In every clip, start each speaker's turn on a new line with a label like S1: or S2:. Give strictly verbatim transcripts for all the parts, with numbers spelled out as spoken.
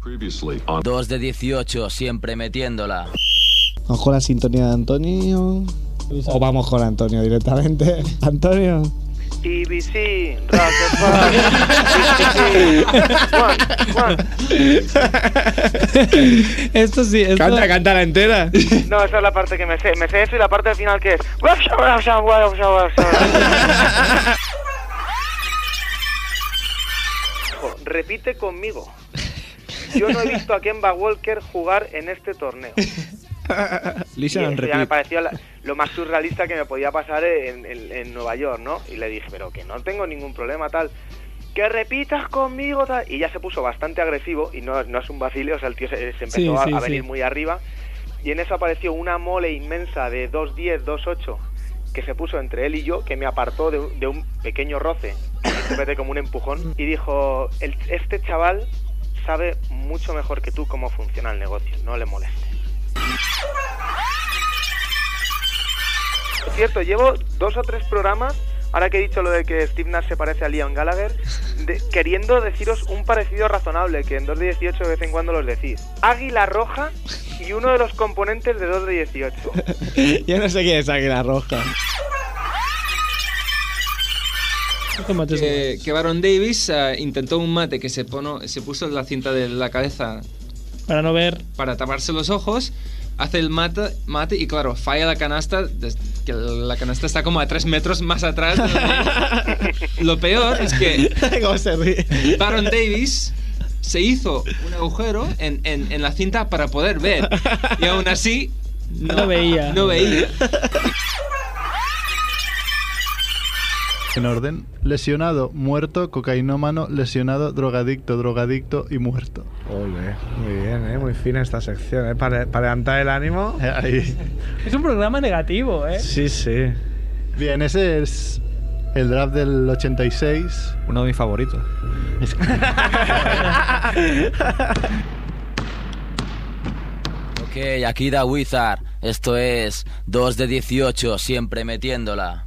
S1: dos de dieciocho, siempre metiéndola.
S2: ¿Vamos con la sintonía de Antonio? ¿O vamos con Antonio directamente? ¿Antonio?
S3: T B C, Rocketball,
S2: Esto sí, esto... Canta, canta la entera.
S3: No, esa es la parte que me sé. Me sé eso y la parte del final que es... Repite conmigo. Yo no he visto a Kemba Walker jugar en este torneo.
S2: Listen and repeat.
S3: Ya me pareció la, lo más surrealista que me podía pasar en, en, en Nueva York, ¿no? Y le dije, pero que no tengo ningún problema, tal. Que repitas conmigo, tal. Y ya se puso bastante agresivo, y no, no es un vacile, o sea, el tío se, se empezó sí, a, sí, a venir sí. muy arriba. Y en eso apareció una mole inmensa de dos diez, dos ocho, que se puso entre él y yo, que me apartó de, de un pequeño roce, que como un empujón, y dijo, el, este chaval sabe mucho mejor que tú cómo funciona el negocio, no le molestes. Por cierto, llevo dos o tres programas, ahora que he dicho lo de que Steve Nash se parece a Liam Gallagher, de, queriendo deciros un parecido razonable, que en dos de dieciocho de vez en cuando los decís. Águila Roja y uno de los componentes de dos de dieciocho.
S2: Yo no sé quién es Águila Roja.
S4: Que, que Baron Davis uh, intentó un mate que se, pono, se puso la cinta de la cabeza
S5: para no ver,
S4: para taparse los ojos, hace el mate, mate y claro, falla la canasta, que la canasta está como a tres metros más atrás. Lo peor es que
S2: ¿cómo se ríe?
S4: Baron Davis se hizo un agujero en, en, en la cinta para poder ver y aún así no,
S5: no veía.
S4: No veía.
S6: En orden: lesionado, muerto, cocainómano, lesionado, drogadicto, drogadicto y muerto.
S2: Ole, muy bien, ¿eh? Muy fina esta sección, ¿eh? Para, para levantar el ánimo. Ahí.
S5: Es un programa negativo, ¿eh?
S2: Sí, sí.
S6: Bien, ese es el draft del ochenta y seis.
S7: Uno de mis favoritos.
S1: Ok, aquí da Wizard. Esto es dos de dieciocho, siempre metiéndola.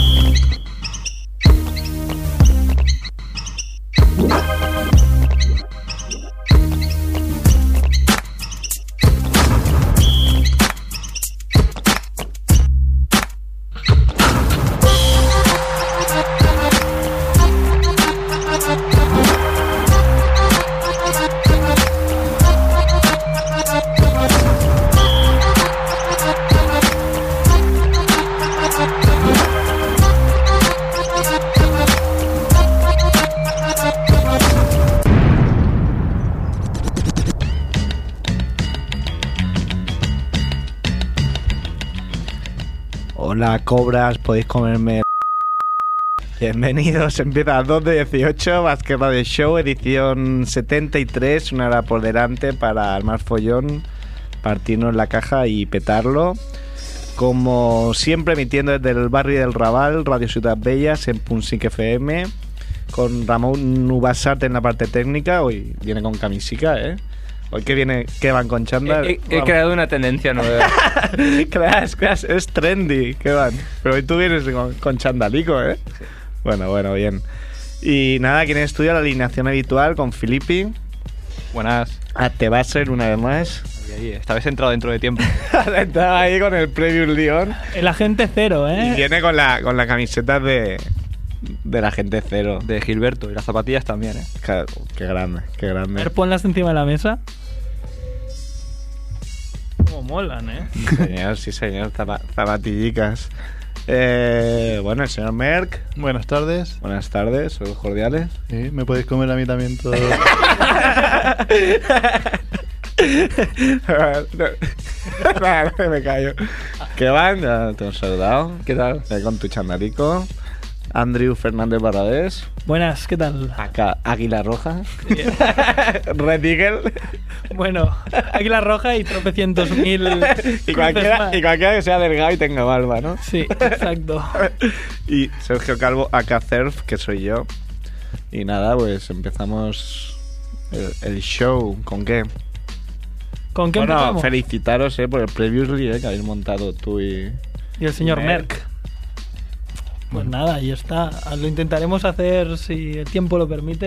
S2: Hola, cobras, podéis comerme. Bienvenidos, empieza dos de dieciocho, Basket Radio Show, edición setenta y tres, una hora por delante para armar follón, partirnos la caja y petarlo. Como siempre, emitiendo desde el barrio del Raval, Radio Ciutat Bellas, en Punsic F M, con Ramón Nubasart en la parte técnica. Hoy viene con camisica, ¿eh? Hoy que viene, que van con chándal.
S4: He, he, he creado una tendencia nueva.
S2: creas, creas, es trendy, que van. Pero hoy tú vienes con, con chandalico, ¿eh? Sí. Bueno, bueno, bien. Y nada, aquí en el estudio la alineación habitual con Filippi.
S7: Buenas.
S2: A Tebasser una vez más.
S7: Ahí, ahí. Esta vez he entrado dentro de tiempo.
S2: Estaba ahí con el Preview León.
S5: El agente cero, ¿eh?
S2: Y viene con la, con la camiseta de... del agente cero.
S7: De Gilberto. Y las zapatillas también, ¿eh?
S2: Qué, qué grande, qué grande.
S5: A ver, ponlas encima de la mesa. Como molan, ¿eh?
S2: Sí, señor, sí, señor. Zap- zapatillicas. Eh, bueno, el señor Merck.
S6: Buenas tardes.
S2: Buenas tardes, saludos cordiales.
S6: Sí, me podéis comer a mí también todo.
S2: no, me callo. ¿Qué van? Ya te hemos saludado. ¿Qué tal? Eh, con tu chandalico. Andrew Fernández Barradés.
S5: Buenas, ¿qué tal?
S2: Acá, Águila Roja. Red Eagle.
S5: Bueno, Águila Roja y tropecientos mil.
S2: y, cualquiera, y cualquiera que sea delgado y tenga barba, ¿no?
S5: Sí, exacto.
S2: Y Sergio Calvo, acá Cerf, que soy yo. Y nada, pues empezamos el, el show. ¿Con qué?
S5: ¿Con qué
S2: bueno,
S5: empezamos?
S2: Felicitaros eh, por el Previously eh, que habéis montado tú y...
S5: Y el señor
S2: Merck.
S5: Merck. Pues nada, ahí está. Lo intentaremos hacer, si el tiempo lo permite,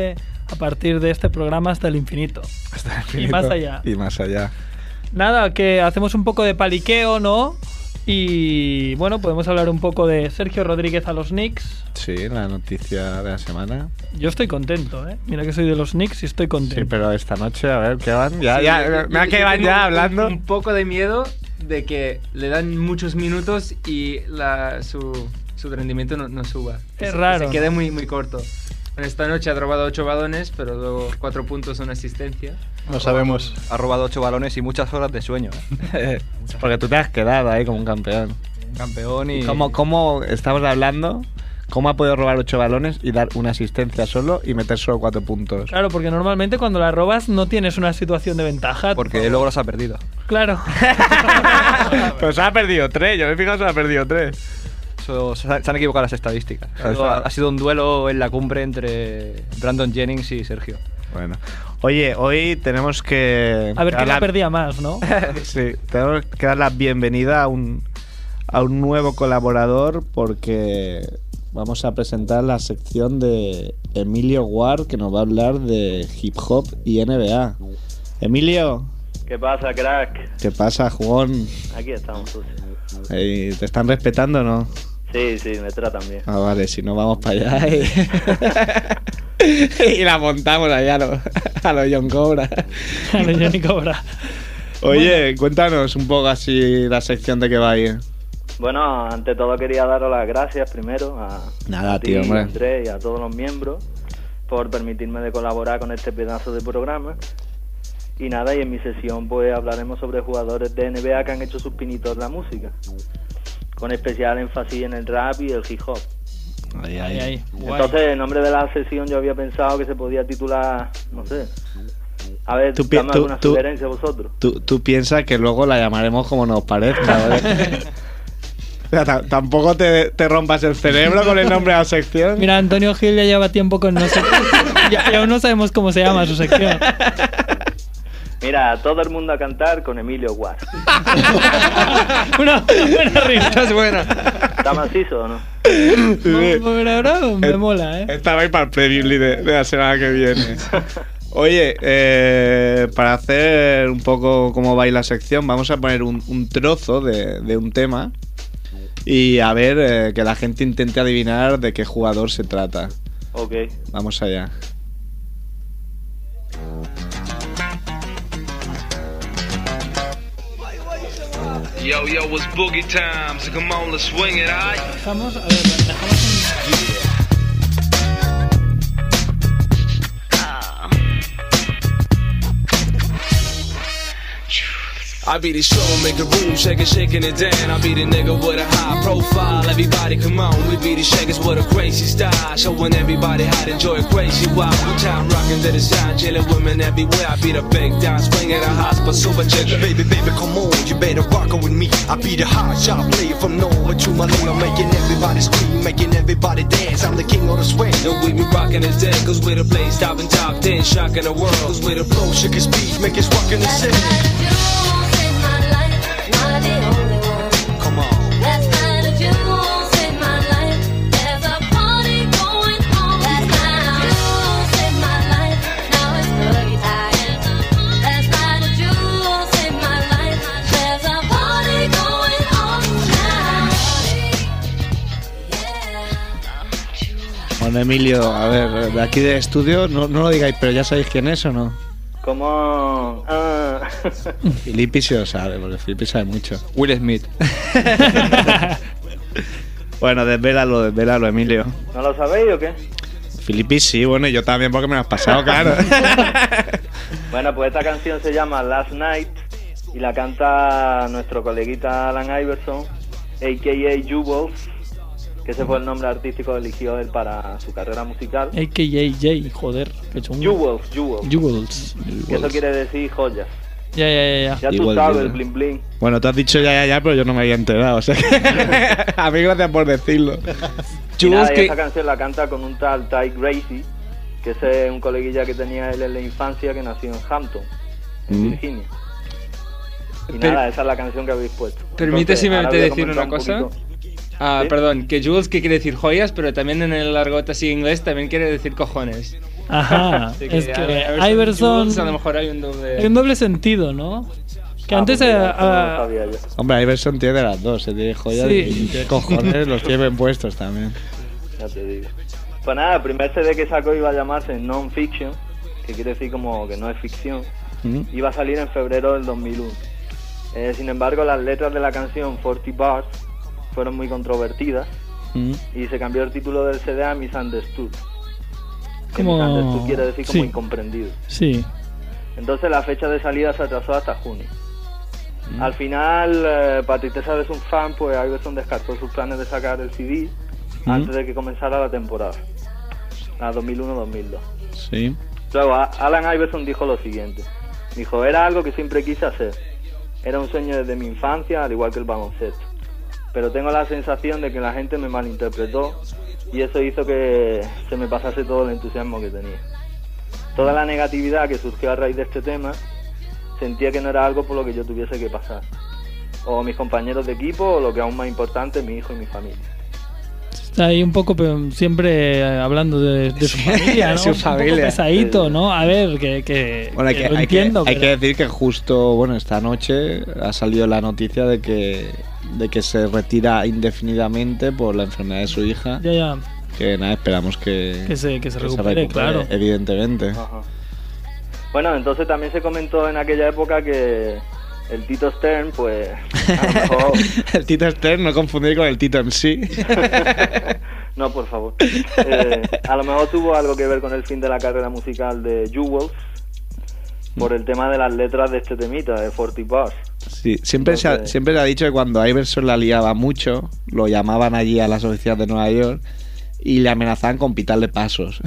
S5: a partir de este programa hasta el infinito.
S2: Hasta el
S5: Y
S2: infinito.
S5: más allá.
S2: Y más allá.
S5: Nada, que hacemos un poco de paliqueo, ¿no? Y bueno, podemos hablar un poco de Sergio Rodríguez a los Knicks.
S2: Sí, la noticia de la semana.
S5: Yo estoy contento, ¿eh? Mira que soy de los Knicks y estoy contento.
S2: Sí, pero esta noche, a ver, ¿qué van? Ya,
S4: Sí,
S2: ya,
S4: yo-
S2: mira
S4: yo-
S2: que
S4: yo
S2: van
S4: tengo
S2: ya
S4: un-
S2: hablando.
S4: Un poco de miedo de que le dan muchos minutos y la, su, su rendimiento no, no suba. Que
S5: Es
S4: se-
S5: raro,
S4: que se quede
S5: ¿no?
S4: muy, muy corto. En esta noche ha robado ocho balones, pero luego cuatro puntos, una asistencia.
S6: No sabemos.
S7: Ha robado ocho balones y muchas horas de sueño. ¿eh?
S2: Porque tú te has quedado ahí como un campeón.
S7: Campeón y...
S2: ¿Cómo, cómo estamos hablando? ¿Cómo ha podido robar ocho balones y dar una asistencia solo y meter solo cuatro puntos?
S5: Claro, porque normalmente cuando la robas no tienes una situación de ventaja.
S7: Porque luego los ha perdido.
S5: Claro.
S2: Pero se ha perdido tres, yo me he fijado, se ha perdido tres.
S7: Eso- se, han, se han equivocado las estadísticas.
S2: Ah,
S7: Eso ha, ha sido un duelo en la cumbre entre Brandon Jennings y Sergio.
S2: Bueno. Oye, hoy tenemos que...
S5: A ver
S2: dar
S5: quién la
S2: la-
S5: perdía más, ¿no?
S2: Sí, tenemos que dar la bienvenida a un, a un nuevo colaborador porque vamos a presentar la sección de Emilio Ward que nos va a hablar de hip hop y N B A. Emilio,
S8: ¿Qué pasa, crack?
S2: ¿qué pasa, jugón?
S8: Aquí estamos, sucio.
S2: Eh, ¿Te están respetando o no?
S8: Sí, sí, me tratan bien.
S2: Ah, vale, si no vamos para allá y, y la montamos allá a los a lo John Cobra.
S5: A lo Johnny Cobra.
S2: Oye, cuéntanos un poco así la sección de que va a ir.
S8: Bueno, ante todo quería daros las gracias primero a,
S2: Nada,
S8: a ti,
S2: tío, hombre.
S8: Andrés, y a todos los miembros por permitirme de colaborar con este pedazo de programa. Y nada, y en mi sesión pues hablaremos sobre jugadores de N B A que han hecho sus pinitos en la música, con especial énfasis en el rap y el hip hop.
S2: Ahí,
S5: Ahí, ahí. Guay.
S8: Entonces, el nombre de la sesión yo había pensado que se podía titular, no sé. A ver,
S2: Tú pi-
S8: dame
S2: tú-
S8: alguna
S2: tú-
S8: sugerencia vosotros.
S2: Tú, tú piensas que luego la llamaremos como nos parezca, ¿vale? O sea, ta- tampoco te, te rompas el cerebro con el nombre de la sección.
S5: Mira, Antonio Gil ya lleva tiempo con nosotros y, y aún no sabemos cómo se llama su sección.
S8: Mira, todo el mundo a cantar con Emilio Ward.
S5: Una buena rima.
S7: Es buena.
S8: ¿Está macizo o no?
S2: Sí.
S5: Pero ahora me
S2: Eh,
S5: mola, ¿eh?
S2: Estaba ahí para el preview de, de la semana que viene. Oye, eh, para hacer un poco cómo va a ir la sección, vamos a poner un, un trozo de, de un tema y a ver eh, que la gente intente adivinar de qué jugador se trata.
S8: Ok.
S2: Vamos allá.
S9: Yo, yo, it's boogie time, so come on, let's swing it, alright?
S5: Dejamos, a ver, dejamos un...
S9: I be the show, make the room shake it, shaking it down. I be the nigga with a high profile. Everybody come on, we be the shakers with a crazy style. Showing everybody how to enjoy a crazy wild. One time rocking to the sound, chilling women everywhere. I be the big down, swing at a hospital, super jigger.
S10: Baby, baby, come on, you better rock with me. I be the hot shot player from nowhere to my name. I'm making everybody scream, making everybody dance. I'm the king of the swing.
S9: And we be rocking it then, cause we're the place stopping top ten, shocking the world. Cause we're the
S10: Flow, shook his speech, make us rockin' the city. Come on.
S2: Bueno, Emilio, a ver, de aquí de estudio, no, no lo digáis, pero ya sabéis quién es o no.
S8: ¿Cómo? Ah.
S2: Filippi sí lo sabe, porque Filippi sabe mucho.
S7: Will Smith.
S2: Bueno, desvélalo, desvélalo, Emilio.
S8: ¿No lo sabéis o qué?
S2: Filippi sí, bueno, y yo también porque me lo has pasado, claro.
S8: Bueno, pues esta canción se llama Last Night y la canta nuestro coleguita Alan Iverson, a k a. Jewels, que ese fue el nombre artístico que eligió él para su carrera musical.
S5: A K A J, joder, qué chungo.
S8: Jewels, Jewels.
S5: Jewels.
S8: Que eso quiere decir joyas.
S5: Ya, ya, ya, ya.
S8: Ya tú
S2: Igual,
S8: sabes,
S2: igual.
S8: el bling bling.
S2: Bueno, tú has dicho ya, ya, ya, pero yo no me había enterado, o sea que... A mí gracias por decirlo.
S8: Y nada, y
S7: que-
S8: esa canción la canta con un tal Ty Gracie, que ese es un coleguilla que tenía él en la infancia, que nació en Hampton, en
S2: Mm.
S8: Virginia. Y
S4: Per-
S8: nada, esa es la canción que habéis puesto.
S4: Permíteme
S8: Entonces, ahora voy a
S4: decir
S8: comentar
S4: una
S8: un
S4: cosa.
S8: poquito.
S4: Ah,
S8: ¿Sí?
S4: perdón, que Jules que quiere decir joyas, pero también en el argot así inglés también quiere decir cojones.
S5: Ajá,
S4: Así
S5: es que
S4: Iverson,
S5: Iverson...
S4: Jules, a lo mejor hay un doble...
S5: Hay un doble sentido, ¿no? Que
S8: Ah,
S5: antes...
S8: pues mira,
S5: eh,
S8: eso no lo
S5: ah,
S8: sabía yo.
S2: Hombre, Iverson tiene las dos, se tiene joyas
S5: Sí.
S2: y tiene cojones, los tiene bien puestos también.
S8: Ya te digo. Pues nada, el primer C D que sacó iba a llamarse Non-Fiction, que quiere decir como que no es ficción.
S2: ¿Mm?
S8: Iba a salir en febrero del dos mil uno. Eh, sin embargo, las letras de la canción cuarenta Bars fueron muy controvertidas
S2: ¿Mm?
S8: y se cambió el título del C D a Misunderstood. Que
S5: Como-
S8: Misunderstood quiere decir como
S5: sí.
S8: incomprendido.
S5: sí.
S8: Entonces la fecha de salida se atrasó hasta junio.
S2: Mm.
S8: Al final, eh, para tristeza de sus fans, pues Iverson descartó sus planes de sacar el C D
S2: Mm.
S8: antes de que comenzara la temporada, la dos mil uno dos mil dos.
S2: Sí.
S8: Luego, a- Alan Iverson dijo lo siguiente. Dijo, era algo que siempre quise hacer. Era un sueño desde mi infancia, al igual que el baloncesto. Pero tengo la sensación de que la gente me malinterpretó y eso hizo que se me pasase todo el entusiasmo que tenía. Toda la negatividad que surgió a raíz de este tema, sentía que no era algo por lo que yo tuviese que pasar. O mis compañeros de equipo, o lo que aún más importante, mi hijo y mi familia.
S5: Está ahí un poco pero siempre eh, hablando de, de su familia, ¿no?
S2: Su
S5: Un poco
S2: familia.
S5: pesadito, ¿no? A ver, que, que,
S2: Bueno, hay
S5: que
S2: que,
S5: lo
S2: hay, que,
S5: entiendo.
S2: hay
S5: pero-
S2: que decir que justo, bueno, esta noche ha salido la noticia de que de que se retira indefinidamente por la enfermedad de su hija.
S5: Ya, ya.
S2: Que nada, esperamos que,
S5: Que se- que se recupere, claro.
S2: evidentemente.
S8: Ajá. Bueno, entonces también se comentó en aquella época que el Tito Stern, pues, a lo mejor...
S2: El Tito Stern, no confundir con el Tito en sí.
S8: No, por favor. Eh, a lo mejor tuvo algo que ver con el fin de la carrera musical de Jewels por el tema de las letras de este temita, de cuarenta Bars.
S2: Sí, siempre, se ha,
S8: Entonces-
S2: siempre se ha dicho que cuando Iverson la liaba mucho, lo llamaban allí a las oficinas de Nueva York y le amenazaban con pitarle pasos.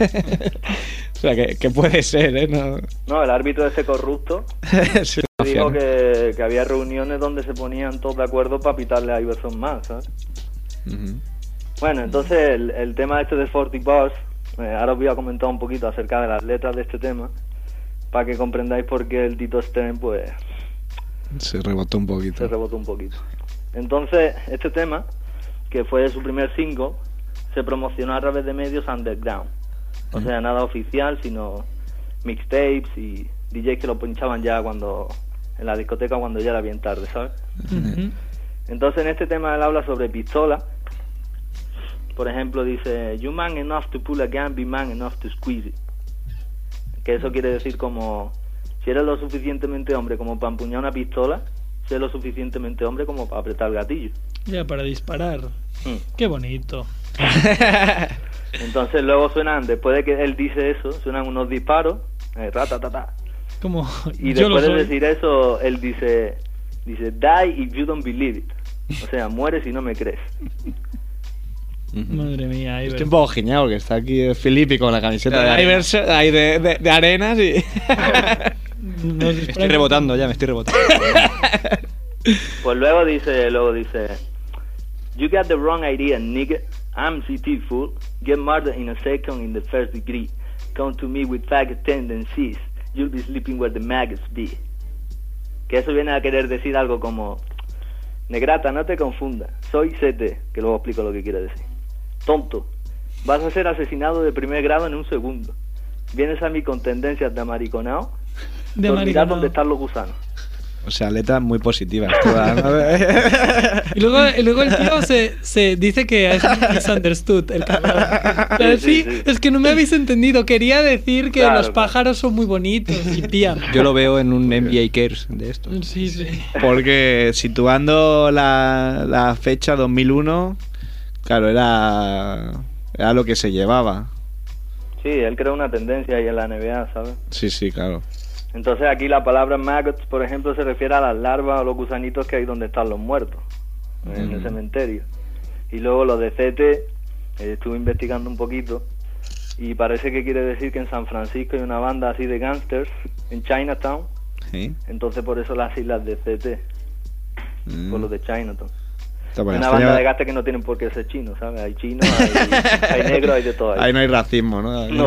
S2: O sea, que, que puede ser, ¿eh? No,
S8: No, el árbitro ese corrupto
S2: sí,
S8: dijo
S2: ¿no?
S8: que, que había reuniones donde se ponían todos de acuerdo para pitarle a Iverson más, ¿sabes?
S2: Ujú.
S8: Bueno, entonces el, el tema este de cuarenta Bars, eh, ahora os voy a comentar un poquito acerca de las letras de este tema, para que comprendáis por qué el Tito Stern, pues,
S2: Se rebotó un
S8: se
S2: poquito.
S8: rebotó un poquito. Entonces, este tema, que fue su primer single, se promocionó a través de medios underground. O sea, nada oficial, sino mixtapes y D Js que lo pinchaban ya cuando en la discoteca cuando ya era bien tarde, ¿sabes?
S5: Ujú.
S8: Entonces, en este tema él habla sobre pistola. Por ejemplo, dice, you man enough to pull a gun, be man enough to squeeze it. Que eso quiere decir como, si eres lo suficientemente hombre como para empuñar una pistola, sé lo suficientemente hombre como para apretar el gatillo.
S5: Ya, para disparar.
S8: Mm.
S5: Qué bonito.
S8: Entonces luego suenan, después de que él dice eso, suenan unos disparos, eh, ratatata.
S5: Como
S8: Y
S5: yo lo
S8: después de
S5: soy.
S8: decir eso, él dice, dice, die if you don't believe it. O sea, muere si no me crees.
S2: Ujú.
S5: Madre mía,
S2: Estoy
S5: Iver.
S2: un poco genial porque está aquí eh, Filippi con la camiseta
S7: De
S2: de Iverson, ahí de, de, de arenas y...
S5: Nos
S7: Me estoy
S5: distrae-
S7: rebotando ya, me estoy rebotando.
S8: Pues luego dice, luego dice, you got the wrong idea, nigga. I'm C T fool. Get murdered in a second in the first degree. Come to me with faggot tendencies. You'll be sleeping where the maggots be. Que eso viene a querer decir algo como, negrata, no te confundas. Soy C T, que luego explico lo que quiere decir. Tonto, vas a ser asesinado de primer grado en un segundo. Vienes a mí con tendencias de amariconao.
S5: De
S8: Te olvidas
S5: mariconao.
S8: dónde están los gusanos.
S2: O sea, letras muy positivas todas, ¿no?
S5: Y luego, y luego el tío se, se dice que es misunderstood. El cabrón. O sea, sí,
S8: Sí, sí, sí.
S5: es que no me habéis entendido. Quería decir que
S8: Claro,
S5: los
S8: claro.
S5: pájaros son muy bonitos y pían.
S7: Yo lo veo en un N B A Cares de estos.
S5: Sí, sí.
S2: Porque situando la, la fecha dos mil uno, claro, era, era lo que se llevaba.
S8: Sí, él creó una tendencia ahí en la N B A, ¿sabes?
S2: Sí, sí, claro.
S8: Entonces aquí la palabra maggots, por ejemplo, se refiere a las larvas o los gusanitos que hay donde están los muertos, en el
S2: Mm.
S8: cementerio. Y luego lo de C T, eh, estuve investigando un poquito y parece que quiere decir que en San Francisco hay una banda así de gangsters, en Chinatown,
S2: Sí.
S8: entonces por eso las islas de C T,
S2: Mm.
S8: por lo de Chinatown.
S2: Está bueno,
S8: Una
S2: esto
S8: banda
S2: ya-
S8: de gangsters que no tienen por qué ser chinos, ¿sabes? Hay chinos, hay, hay negros, hay de todo ahí.
S2: Ahí no hay racismo, ¿no?
S8: No.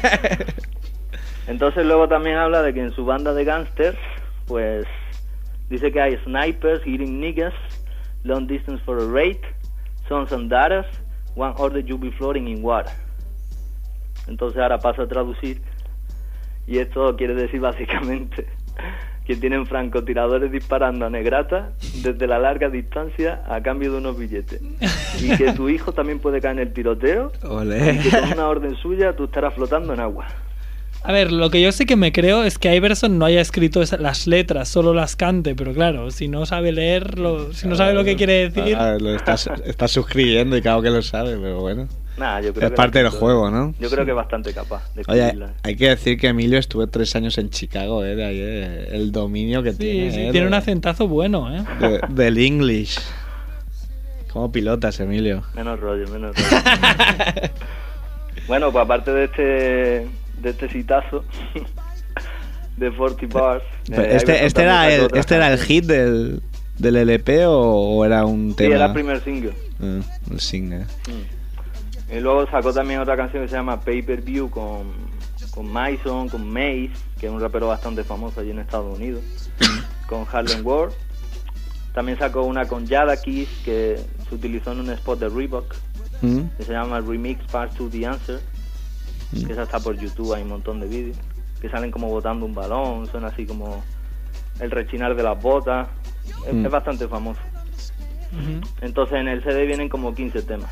S8: Entonces luego también habla de que en su banda de gangsters, pues dice que hay snipers, hitting niggas, long distance for a raid, sons and daughters, one order you be floating in water. Entonces ahora paso a traducir. Y esto quiere decir básicamente que tienen francotiradores disparando a negrata desde la larga distancia a cambio de unos billetes. Y que tu hijo también puede caer en el tiroteo.
S2: Olé.
S8: Y que con una orden suya tú estarás flotando en agua.
S5: A ver, lo que yo sí que me creo es que Iverson no haya escrito esa- las letras, solo las cante, pero claro, si no sabe leer, lo- si no sabe lo que quiere decir...
S2: Ah, lo estás, estás suscribiendo y claro que lo sabe, pero bueno.
S8: Nah, yo creo
S2: Es
S8: que
S2: parte
S8: la-
S2: del juego, ¿no?
S8: Yo creo que es bastante capaz de
S2: Oye,
S8: escribirla.
S2: hay que decir que Emilio estuve tres años en Chicago, ¿eh? De ahí, eh, el dominio que
S5: Sí,
S2: tiene.
S5: sí,
S2: ¿eh?
S5: tiene
S2: de-
S5: un acentazo bueno, ¿eh?
S2: de- del English. ¿Cómo pilotas, Emilio?
S8: Menos rollo, menos rollo. Bueno, pues aparte de este de este citazo de forty Bars...
S2: Pero
S8: eh,
S2: este
S8: Iverson
S2: este
S8: también
S2: era
S8: sacó
S2: el,
S8: otra
S2: este era el
S8: canción.
S2: hit del, del L P o, o era un
S8: Sí,
S2: tema.
S8: era el primer single.
S2: Ah, el single.
S8: Mm. Y luego sacó también otra canción que se llama Pay Per View con, con Mason, con Mace, que es un rapero bastante famoso allí en Estados Unidos, con Harlem World. También sacó una con Jadakiss que se utilizó en un spot de Reebok,
S2: Mm.
S8: que se llama Remix Part to The Answer, que esa está por YouTube, hay un montón de vídeos, que salen como botando un balón, suena así como el rechinar de las botas, es,
S2: Mm.
S8: es bastante famoso. Entonces en el C D vienen como quince temas.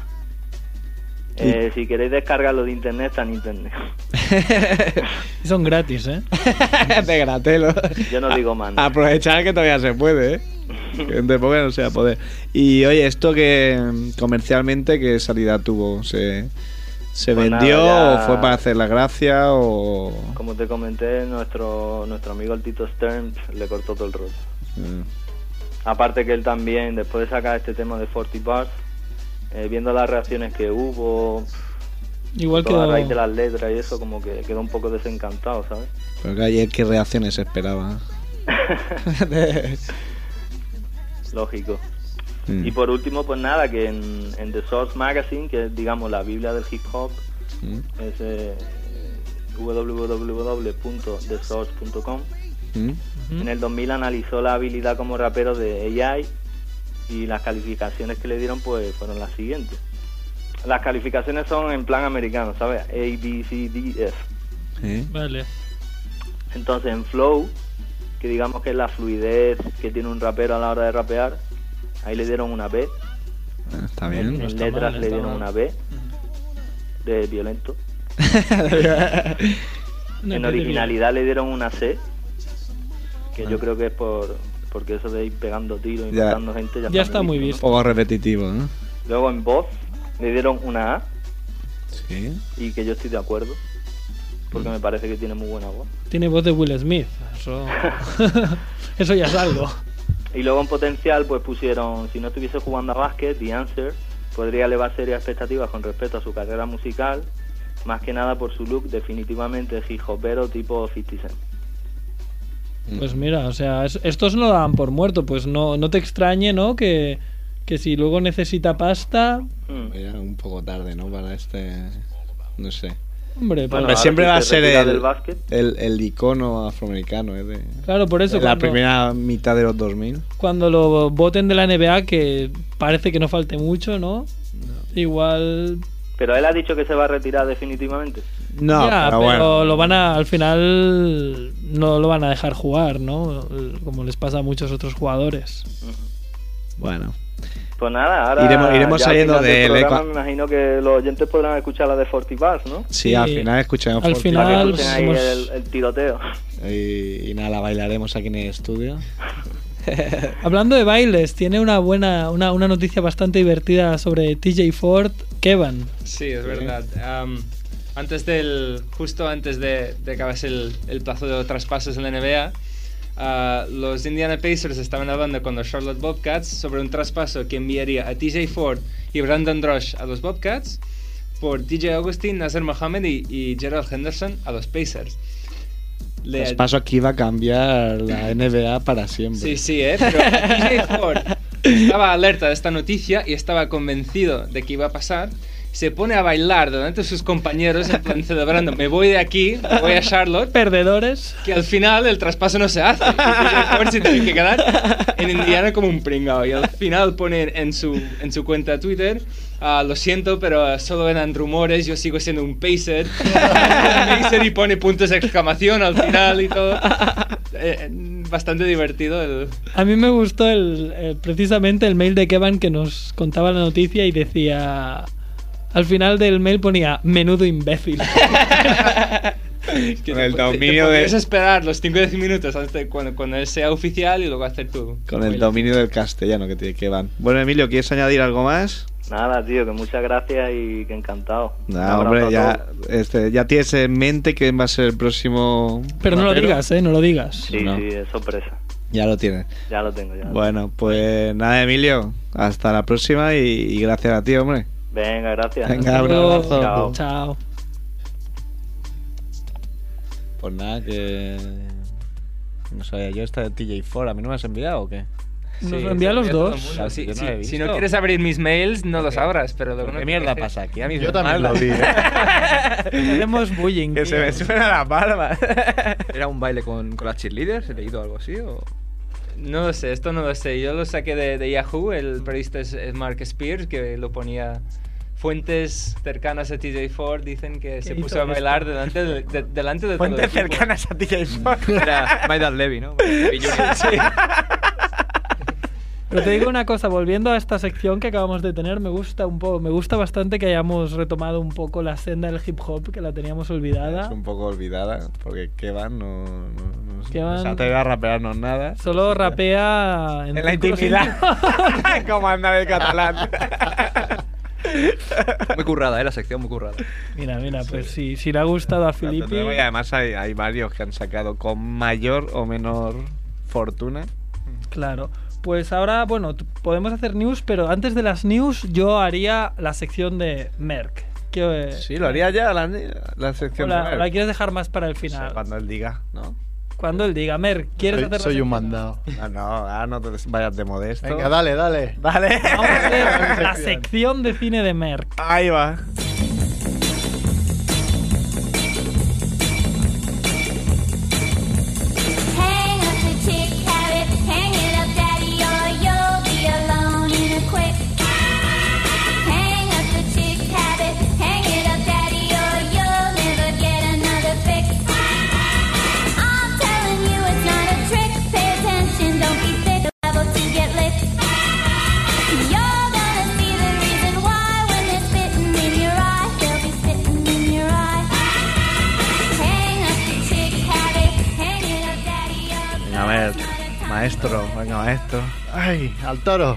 S8: Eh, si queréis descargarlo de internet, está en internet.
S5: Son gratis, ¿eh?
S2: De gratelo.
S8: Yo no digo más. ¿no?
S2: Aprovechar que todavía se puede, ¿eh? Que dentro de poco no se va a poder. Y oye, esto que mm, comercialmente, ¿qué salida tuvo? ¿Se, se
S8: Pues
S2: vendió
S8: nada, ya-
S2: o fue para hacer la gracia o...?
S8: Como te comenté, nuestro nuestro amigo el Tito Stern le cortó todo el rollo.
S2: Mm.
S8: Aparte que él también, después de sacar este tema de forty Bars, eh, viendo las reacciones que hubo,
S5: Igual
S8: todo a
S5: quedó-
S8: raíz de las letras y eso, como que quedó un poco desencantado, ¿sabes?
S2: Pero que ayer, ¿qué reacciones esperaba?
S8: Lógico.
S2: Mm.
S8: Y por último, pues nada, que en, en The Source Magazine, que es, digamos, la Biblia del hip hop,
S2: Mm.
S8: es eh, w w w punto the source punto com.
S2: Mm.
S8: En el dos mil analizó la habilidad como rapero de A I y las calificaciones que le dieron pues fueron las siguientes. Las calificaciones son en plan americano, ¿sabes? A, B, C, D, F.
S2: ¿Eh?
S5: Vale.
S8: Entonces en flow, que digamos que es la fluidez que tiene un rapero a la hora de rapear, ahí le dieron una B.
S2: Ah, está
S8: En,
S2: bien.
S8: en
S5: No está
S8: letras
S5: mal,
S8: le
S5: está
S8: dieron
S5: mal.
S8: una B de violento.
S5: No,
S8: En
S5: no te
S8: originalidad le dieron una C, que
S2: Ah.
S8: yo creo que es por porque eso de ir pegando tiros y
S2: Ya.
S8: matando gente ya,
S5: Ya está muy
S2: Un
S5: visto.
S2: poco repetitivo, ¿no?
S8: Luego en voz le dieron una A,
S2: Sí.
S8: y que yo estoy de acuerdo, porque me parece que tiene muy buena voz.
S5: Tiene voz de Will Smith. Eso, eso ya es algo.
S8: Y luego en potencial pues pusieron, si no estuviese jugando a básquet, The Answer podría elevar serias expectativas con respecto a su carrera musical, más que nada por su look definitivamente hip hopero tipo cincuenta Cent.
S5: Pues mira, o sea, es- estos no dan por muerto. Pues no, no te extrañe, ¿no? Que, que si luego necesita pasta.
S8: Mm.
S2: Ya un poco tarde, ¿no? Para este... No sé.
S5: Hombre,
S8: Bueno,
S2: Hombre,
S8: ahora
S2: siempre
S8: si
S2: va a
S8: se
S2: ser
S8: retira
S2: el,
S8: del básquet.
S2: el, el icono afroamericano, ¿eh? De,
S5: claro, por eso
S2: de la
S5: cuando,
S2: primera mitad de los dos mil.
S5: cuando lo voten de la N B A, que parece que no falte mucho, ¿no? Igual.
S8: Pero él ha dicho que se va a retirar definitivamente.
S2: No,
S5: ya,
S2: pero
S5: pero
S2: bueno.
S5: lo van a, al final no lo van a dejar jugar, ¿no? Como les pasa a muchos otros jugadores.
S2: Bueno.
S8: Pues nada, ahora
S2: Iremos- iremos
S8: ya al
S2: saliendo
S8: final del
S2: del
S8: programa,
S2: eco-
S8: me imagino que los oyentes podrán escuchar la de forty Bars, ¿no?
S2: Sí,
S5: Sí,
S2: al final escuchamos
S5: al
S2: Forty
S5: final-
S8: Para que
S2: Bars
S8: escuchen ahí
S5: hemos-
S8: el, el tiroteo.
S2: y, y nada, la bailaremos aquí en el estudio.
S5: Hablando de bailes, tiene una buena, una, una noticia bastante divertida sobre T J Ford, Kevin.
S4: Sí, es verdad. Am, antes del, justo antes de, de acabarse el, el plazo de traspasos en la N B A, ah, los Indiana Pacers estaban hablando con los Charlotte Bobcats sobre un traspaso que enviaría a T J Ford y Brandon Rush a los Bobcats por D J Augustin, Nasser Mohammed y, y Gerald Henderson a los Pacers. Le-
S2: Traspaso aquí va a cambiar la N B A para siempre.
S4: Sí, sí, ¿eh? Pero T J Ford estaba alerta de esta noticia y estaba convencido de que iba a pasar. se pone a bailar delante de sus compañeros en plan celebrando, me voy de aquí, me voy a Charlotte.
S5: Perdedores.
S4: Que al final el traspaso no se hace. Y T J Ford se tiene que quedar en Indiana como un pringao. Y al final pone en su, en su cuenta de Twitter, uh, lo siento, pero solo eran rumores, yo sigo siendo un pacer. Un pacer y pone puntos de exclamación al final y todo. Eh, bastante divertido. El...
S5: A mí me gustó el, el, precisamente el mail de Kevin que nos contaba la noticia y decía... Al final del mail ponía menudo imbécil.
S2: Con el dominio
S4: te
S2: de...
S4: Puedes esperar los cinco o diez minutos antes de cuando, cuando él sea oficial y luego hacer tú.
S2: Con el dominio del castellano que tiene que van. Bueno, Emilio, ¿quieres añadir algo más?
S8: Nada, tío, que muchas gracias y que encantado.
S2: Nada, hombre, ya, este, ya tienes en mente quién va a ser el próximo...
S5: Pero no lo
S2: rapero?
S5: digas, ¿eh? No lo digas.
S8: Sí,
S2: no.
S8: sí, es sorpresa.
S2: Ya lo tienes.
S8: Ya lo tengo, ya.
S2: Bueno, pues nada, Emilio. Hasta la próxima y, y gracias a ti, hombre.
S8: Venga, gracias.
S2: Venga, un abrazo.
S8: Chao.
S5: Chao.
S2: Pues nada, que... No sabía yo esta de T J Ford. ¿A mí no me has enviado o qué?
S5: Nos
S4: Sí,
S5: lo envía a los
S4: se lo envía a todo el
S5: dos.
S4: mundo.
S2: Claro,
S4: Si,
S2: yo no
S4: si-
S2: lo he
S4: si no
S2: visto.
S4: quieres abrir mis mails, no los abras, pero luego no
S2: ¿Qué
S4: te
S2: mierda
S4: dejes.
S2: pasa aquí? A mí
S6: Yo
S2: me
S6: también lo
S2: mala.
S6: vi, ¿eh?
S5: Hacemos bullying.
S2: Que
S5: tío.
S2: se me suena la barba.
S7: ¿Era un baile con, con las cheerleaders? ¿He leído algo así? O...
S4: No lo sé, esto no lo sé. Yo lo saqué de, de Yahoo, el periodista es es Mark Spears, que lo ponía... Fuentes cercanas a T J Ford dicen que se
S5: hizo
S4: puso a
S5: esto?
S4: bailar delante de, de- delante de todo el
S2: Fuentes
S4: equipo.
S2: cercanas a T J Ford.
S7: Era Maidal Levy, ¿no? Levy junior
S4: Sí.
S5: Pero te digo una cosa, volviendo a esta sección que acabamos de tener, me gusta un poco, me gusta bastante que hayamos retomado un poco la senda del hip hop, que la teníamos olvidada.
S2: Es un poco olvidada, porque Kevan no, no, no,
S5: Kevan-
S2: no se atreve a rapearnos nada.
S5: Solo rapea en,
S2: En la
S5: círculos
S2: intimidad.
S5: íntimos.
S2: Como anda el catalán.
S7: Muy currada, ¿eh? La sección muy currada.
S5: Mira, mira, pues si, si le ha gustado a
S2: La
S5: Filippi...
S2: tendremos y además hay, hay varios que han sacado con mayor o menor fortuna.
S5: Claro. Pues ahora, bueno, t- podemos hacer news, pero antes de las news yo haría la sección de Merck. Que,
S2: Sí, lo haría ya la, la
S5: o
S2: sección
S5: la,
S2: de
S5: o la quieres dejar más para el
S2: O sea,
S5: final.
S2: cuando él diga, ¿no?
S5: Cuando él diga, Merck, ¿quieres
S6: Soy,
S5: hacer la
S6: soy un
S5: sección?
S6: mandado.
S2: No, no, ah, no te vayas de modesto.
S6: Venga, dale, dale.
S2: Vale.
S5: Vamos a hacer la sección de cine de Merck.
S2: Ahí va.
S11: Hang up the chick habit, hang it up, daddy, or you'll be alone in a quick. Hang up the chick habit, hang it up, daddy, or you'll never get another fix. I'm telling you it's not a trick, pay attention, don't be thick, liable to get licked. You're gonna see the reason why when they're spitting in your eye, they'll be spitting in your eye. Hang up the chick habit, hang it up, daddy, or
S2: Venga, a ver. Maestro, venga, maestro.
S6: ¡Ay, al toro!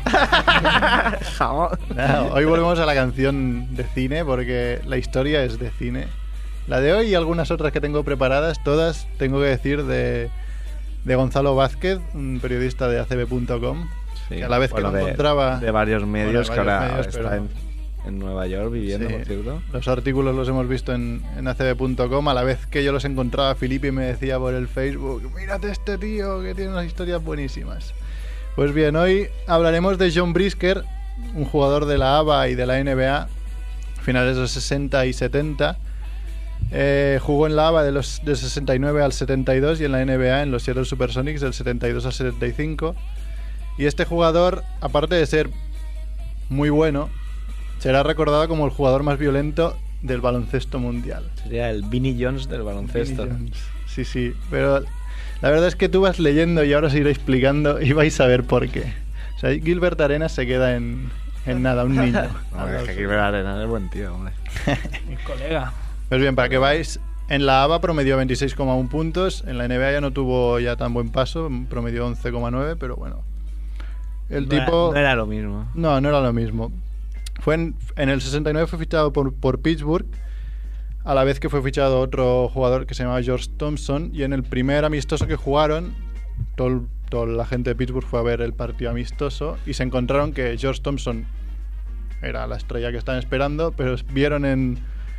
S2: Jamón.
S6: Nada, hoy volvemos a la canción de cine porque la historia es de cine. La de hoy y algunas otras que tengo preparadas, todas tengo que decir de, de Gonzalo Vázquez, un periodista de A C B punto com,
S2: Sí,
S6: que a la vez
S2: bueno,
S6: que lo
S2: de,
S6: encontraba...
S2: de varios medios
S6: Bueno,
S2: que
S6: varios
S2: ahora
S6: medios,
S2: está
S6: pero-
S2: en, en Nueva York viviendo,
S6: Sí,
S2: por cierto.
S6: los artículos los hemos visto en, en A C B punto com, a la vez que yo los encontraba, Filippi me decía por el Facebook, mírate este tío que tiene unas historias buenísimas. Pues bien, hoy hablaremos de John Brisker, un jugador de la A B A y de la N B A, finales de los sesenta y setenta. Eh, jugó en la A B A de los del sesenta y nueve al setenta y dos y en la N B A en los Seattle Supersonics del setenta y dos al setenta y cinco. Y este jugador, aparte de ser muy bueno, será recordado como el jugador más violento del baloncesto mundial.
S2: Sería el Vinnie Jones del baloncesto.
S6: Vinnie Jones. Sí, sí, pero la verdad es que tú vas leyendo y ahora os iré explicando y vais a ver por qué. O sea, Gilbert Arenas se queda en, en nada, un niño.
S2: Hombre, es que Gilbert Arenas es buen tío, hombre.
S5: Mi colega.
S6: Pues bien, para que vais, en la A B A promedió veintiséis coma uno puntos, en la N B A ya no tuvo ya tan buen paso, promedió once coma nueve, pero bueno. El
S2: No
S6: tipo...
S2: era- no era lo mismo.
S6: No, no era lo mismo. Fue en, en el sesenta y nueve fue fichado por, por Pittsburgh, a la vez que fue fichado otro jugador que se llamaba George Thompson, y en el primer amistoso que jugaron, todo, toda la gente de Pittsburgh fue a ver el partido amistoso y se encontraron que George Thompson era la estrella que estaban esperando, pero vieron en,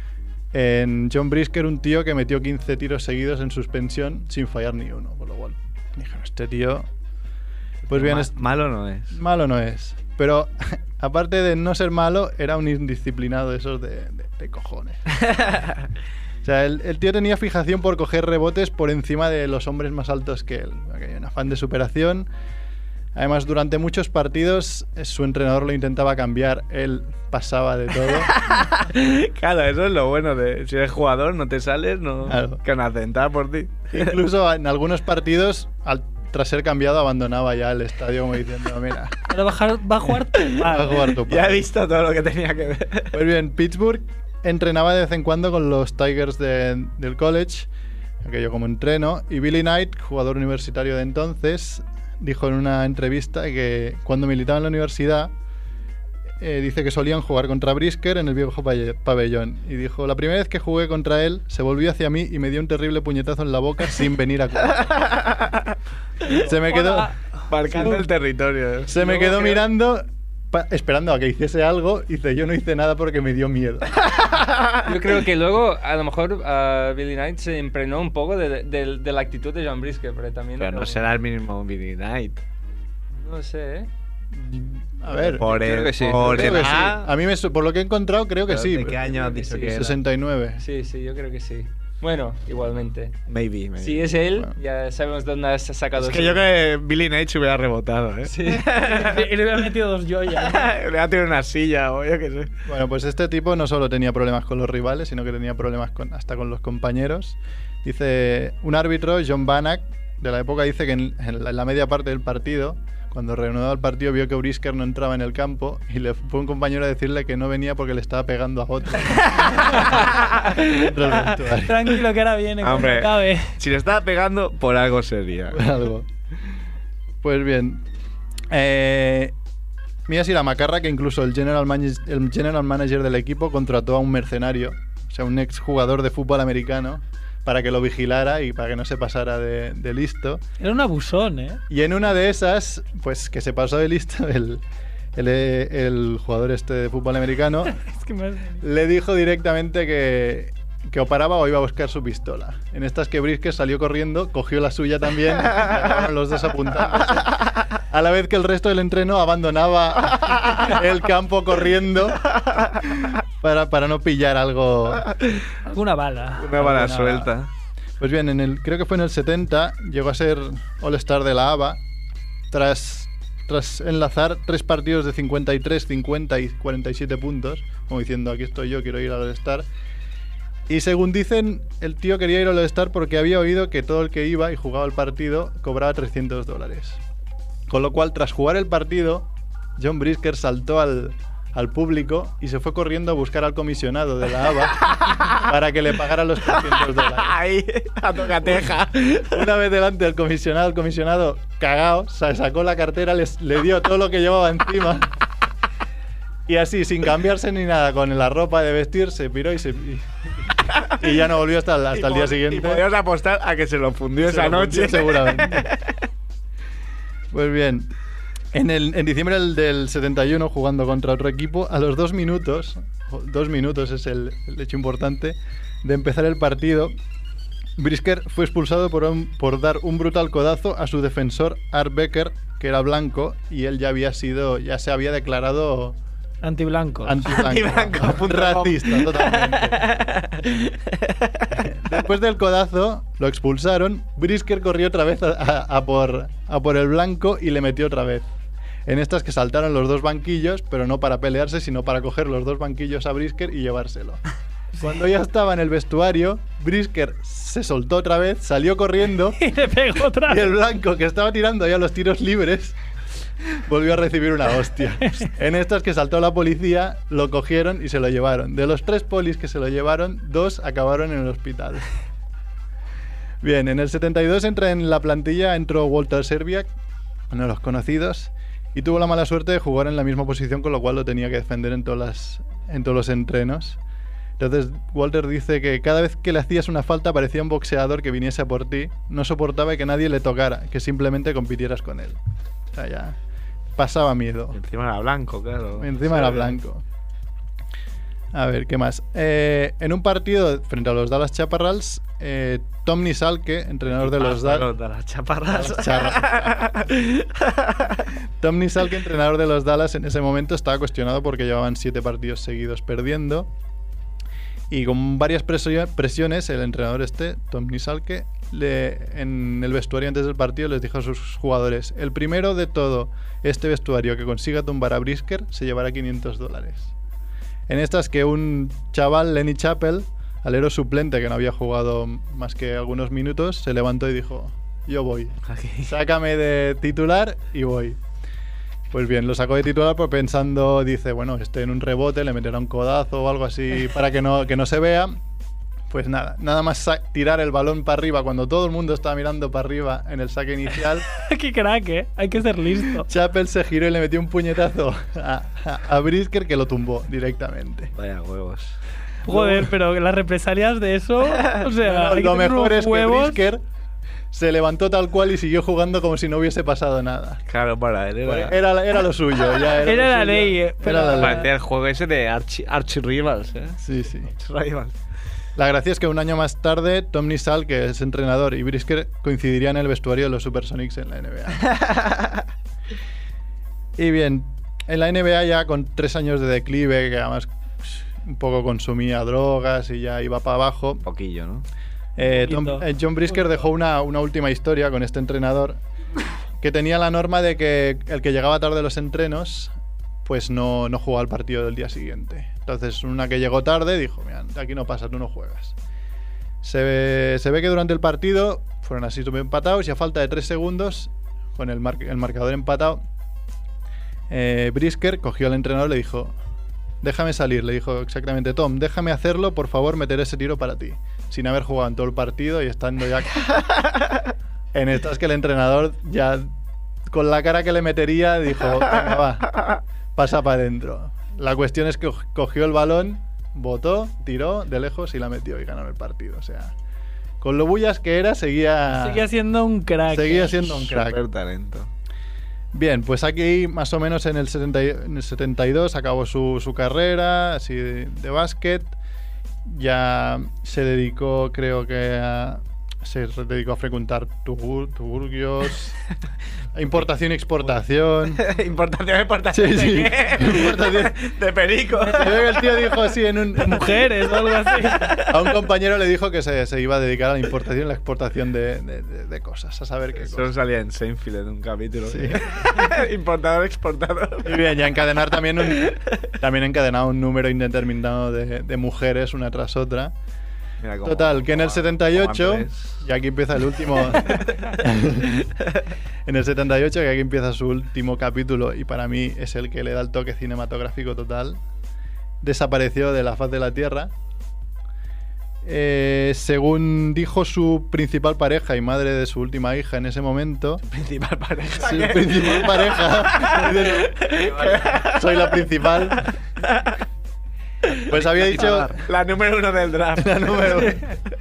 S6: en John Brisker un tío que metió quince tiros seguidos en suspensión sin fallar ni uno, con lo cual dijeron, este tío... Pues bien,
S2: Ma-
S6: es,
S2: malo no es.
S6: malo no es. Pero aparte de no ser malo, era un indisciplinado de esos de, de, de cojones. O sea, el, el tío tenía fijación por coger rebotes por encima de los hombres más altos que él. Okay, un afán de superación. Además, durante muchos partidos su entrenador lo intentaba cambiar. Él pasaba de todo.
S2: Claro, eso es lo bueno de si eres jugador, no te sales, no
S6: Claro.
S2: que van a sentar por ti.
S6: Incluso en algunos partidos, al, tras ser cambiado, abandonaba ya el estadio como diciendo, mira,
S5: Ahora bajar- va a jugar tu
S6: va a
S5: padre.
S6: jugar tu
S2: Ya he
S6: padre.
S2: visto todo lo que tenía que ver.
S6: Pues bien, Pittsburgh entrenaba de vez en cuando con los Tigers de- del college, aquello como entreno, y Billy Knight, jugador universitario de entonces, dijo en una entrevista que cuando militaba en la universidad, eh, dice que solían jugar contra Brisker en el viejo paye- pabellón. Y dijo, la primera vez que jugué contra él, se volvió hacia mí y me dio un terrible puñetazo en la boca sin venir a curar. Se me quedó...
S2: Marcando el territorio.
S6: Se me
S2: Luego
S6: quedó
S2: que-
S6: mirando, pa- esperando a que hiciese algo, y dice, yo no hice nada porque me dio miedo.
S4: Yo creo que luego, a lo mejor, uh, Billy Knight se impregnó un poco de, de- de la actitud de John Brisker, pero también...
S2: Pero no será el mismo Billy Knight.
S4: No sé, ¿eh?
S6: A ver,
S2: Por
S7: creo
S2: el,
S7: que sí.
S2: por
S6: creo
S2: el
S6: que sí.
S2: A-
S6: A mí, me, su- por lo que he encontrado, creo que
S2: ¿Pero
S6: sí.
S2: ¿De qué año has
S4: creo que
S2: dicho
S4: sí.
S2: que era?
S6: sesenta y nueve.
S4: Sí, sí, yo creo que sí. Bueno, igualmente.
S2: Maybe, maybe.
S4: Si es él,
S6: Bueno.
S4: ya sabemos dónde has sacado
S2: Es que
S4: su-
S2: yo creo que Billy Knight se hubiera rebotado, ¿eh?
S4: Sí.
S5: Y le hubiera metido dos joyas.
S2: Le ha tirado una silla o yo qué sé.
S6: Bueno, pues este tipo no solo tenía problemas con los rivales, sino que tenía problemas con, hasta con los compañeros. Dice un árbitro, John Banach, de la época, dice que en, en la, en la media parte del partido, cuando reanudó el partido, vio que Brisker no entraba en el campo y le fue un compañero a decirle que no venía porque le estaba pegando a otro. Dentro del vestuario.
S5: Tranquilo que ahora viene. cuando
S2: Hombre,
S5: acabe.
S2: si le estaba pegando, por algo sería.
S6: Por algo. Pues bien. Eh, mira si la macarra que incluso el general, manage- el general manager del equipo contrató a un mercenario, o sea, un ex jugador de fútbol americano, para que lo vigilara y para que no se pasara de, de listo.
S5: Era un abusón, ¿eh?
S6: Y en una de esas, pues que se pasó de listo, el, el, el jugador este de fútbol americano
S5: Es que me has-
S6: le dijo directamente que, que o paraba o iba a buscar su pistola. En estas que Brisker salió corriendo, cogió la suya también, y acabaron los dos apuntándose. A la vez que el resto del entreno abandonaba el campo corriendo para, para no pillar algo.
S5: Alguna bala.
S2: Una bala
S6: Alguna-
S2: suelta.
S6: Pues bien, en el, creo que fue en el setenta, llegó a ser All-Star de la A B A tras, tras enlazar tres partidos de cincuenta y tres, cincuenta y cuarenta y siete puntos, como diciendo, aquí estoy yo, quiero ir al All-Star. Y según dicen, el tío quería ir al All-Star porque había oído que todo el que iba y jugaba el partido cobraba trescientos dólares. Con lo cual, tras jugar el partido, John Brisker saltó al, al público y se fue corriendo a buscar al comisionado de la A B A para que le pagara los trescientos dólares.
S2: Ahí, a tocateja.
S6: Una vez delante del comisionado, el comisionado, cagao, sa- sacó la cartera, les, le dio todo lo que llevaba encima. Y así, sin cambiarse ni nada, con la ropa de vestir, se piró y se... Y, y ya no volvió hasta, el- hasta el día siguiente.
S2: Y podías apostar a que se lo fundió
S6: Se
S2: esa
S6: lo fundió
S2: noche.
S6: seguramente. Pues bien, en, el, en diciembre del, del setenta y uno, jugando contra otro equipo, a los dos minutos, jo- dos minutos es el, el hecho importante, de empezar el partido, Brisker fue expulsado por, un- por dar un brutal codazo a su defensor Art Becker, que era blanco, y él ya había sido, ya se había declarado
S5: Antiblanco.
S6: antiblanco,
S2: Antiblanco punto com.
S6: racista totalmente. Después del codazo, lo expulsaron. Brisker corrió otra vez a, a- a por, a por el blanco y le metió otra vez. En estas que saltaron los dos banquillos, pero no para pelearse, sino para coger los dos banquillos a Brisker y llevárselo. Cuando ya estaba en el vestuario, Brisker se soltó otra vez, salió corriendo
S5: Y le pegó otra
S6: y el
S5: vez.
S6: blanco, que estaba tirando ya los tiros libres, volvió a recibir una hostia. En estas que saltó la policía, lo cogieron y se lo llevaron. De los tres polis que se lo llevaron, dos acabaron en el hospital. Bien, en el setenta y dos entra en la plantilla, entró Walter Serbiak, uno de los conocidos, y tuvo la mala suerte de jugar en la misma posición, con lo cual lo tenía que defender en, todas las, en todos los entrenos. Entonces Walter dice que cada vez que le hacías una falta parecía un boxeador que viniese a por ti, no soportaba que nadie le tocara, que simplemente compitieras con él. O sea, ya pasaba miedo.
S2: Encima era blanco, claro.
S6: Encima era blanco. A ver, ¿qué más? Eh, en un partido frente a los Dallas Chaparrals, eh, Tom Nisalke, entrenador de los
S2: Ah,
S6: Dallas...
S2: de las chaparras.
S6: Tom Nisalke, entrenador de los Dallas, en ese momento estaba cuestionado porque llevaban siete partidos seguidos perdiendo. Y con varias presio- presiones, el entrenador este, Tom Nisalke, le, en el vestuario antes del partido les dijo a sus jugadores: el primero de todo este vestuario que consiga tumbar a Brisker se llevará quinientos dólares. En estas que un chaval, Lenny Chappell, alero suplente que no había jugado más que algunos minutos, se levantó y dijo: yo voy, sácame de titular y voy. Pues bien, lo sacó de titular pues pensando, dice, bueno, este en un rebote le meterá un codazo o algo así para que no, que no se vea. Pues nada, nada más sa- tirar el balón para arriba cuando todo el mundo estaba mirando para arriba en el saque inicial.
S5: Qué crack, ¿eh? Hay que ser listo.
S6: Chappell se giró y le metió un puñetazo a, a, a Brisker, que lo tumbó directamente.
S2: Vaya huevos.
S5: Joder, pero las represalias de eso... O sea,
S6: No,
S5: hay que
S6: lo
S5: tener
S6: mejor
S5: unos
S6: es que
S5: huevos.
S6: Brisker se levantó tal cual y siguió jugando como si no hubiese pasado nada.
S2: Claro, para él era...
S6: Era, era lo suyo. Ya era
S5: Era
S6: lo
S5: la
S6: suyo.
S5: ley, eh, pero-
S6: Era la ley.
S2: Parecía el juego ese de Archie, Archie Rivals, ¿eh?
S6: Sí, sí.
S2: Rivals.
S6: La gracia es que un año más tarde, Tom Nisal, que es entrenador, y Brisker coincidirían en el vestuario de los Supersonics en la N B A. Y bien, en la N B A ya con tres años de declive, que además pues, un poco consumía drogas y ya iba para abajo.
S2: Poquillo, ¿no?
S6: Eh, Tom-
S5: Poquito.
S6: eh, John Brisker dejó una, una última historia con este entrenador que tenía la norma de que el que llegaba tarde a los entrenos pues no, no jugaba el partido del día siguiente. Entonces una que llegó tarde dijo, mira, aquí no pasa, tú no juegas. Se ve, se ve que durante el partido fueron así empatados y a falta de tres segundos, con el, mar- el marcador empatado, eh, Brisker cogió al entrenador y le dijo, déjame salir, le dijo exactamente, Tom, déjame hacerlo, por favor, meter ese tiro para ti. Sin haber jugado en todo el partido y estando ya... en estas que el entrenador ya, con la cara que le metería, dijo, venga, va, pasa para adentro. La cuestión es que cogió el balón, botó, tiró de lejos y la metió y ganó el partido. O sea, con lo bullas que era, seguía...
S5: Seguía siendo un crack.
S6: Seguía
S5: eh.
S6: siendo un crack.
S2: Super talento.
S6: Bien, pues aquí más o menos en el, setenta y- en el setenta y dos acabó su, su carrera así de, de básquet. Ya se dedicó, creo que a, se dedicó a frecuentar tubur, tuburgios, importación y exportación.
S2: Importación, exportación.
S6: Sí, sí.
S2: ¿De qué?
S6: Importación.
S2: De perico.
S6: Se ve que el tío dijo así en un...
S5: Mujeres o algo así.
S6: A un compañero le dijo que se, se iba a dedicar a la importación y la exportación de, de- de- de cosas, a saber qué
S2: Eso
S6: cosas.
S2: salía en Seinfeld en un capítulo.
S6: Sí.
S2: Importador, exportador.
S6: Y bien, ya encadenar también un, también encadenado un número indeterminado de, de mujeres una tras otra.
S2: Mira cómo-
S6: Total, que en el
S2: cómo-
S6: setenta y ocho,
S2: cómo Andrés.
S6: y aquí empieza el último. En el setenta y ocho, que aquí empieza su último capítulo, y para mí es el que le da el toque cinematográfico total, desapareció de la faz de la Tierra. Eh, según dijo su principal pareja y madre de su última hija en ese momento,
S2: Principal pareja.
S6: su principal pareja, soy la principal, pues había dicho
S2: La número uno del draft.
S6: la número uno.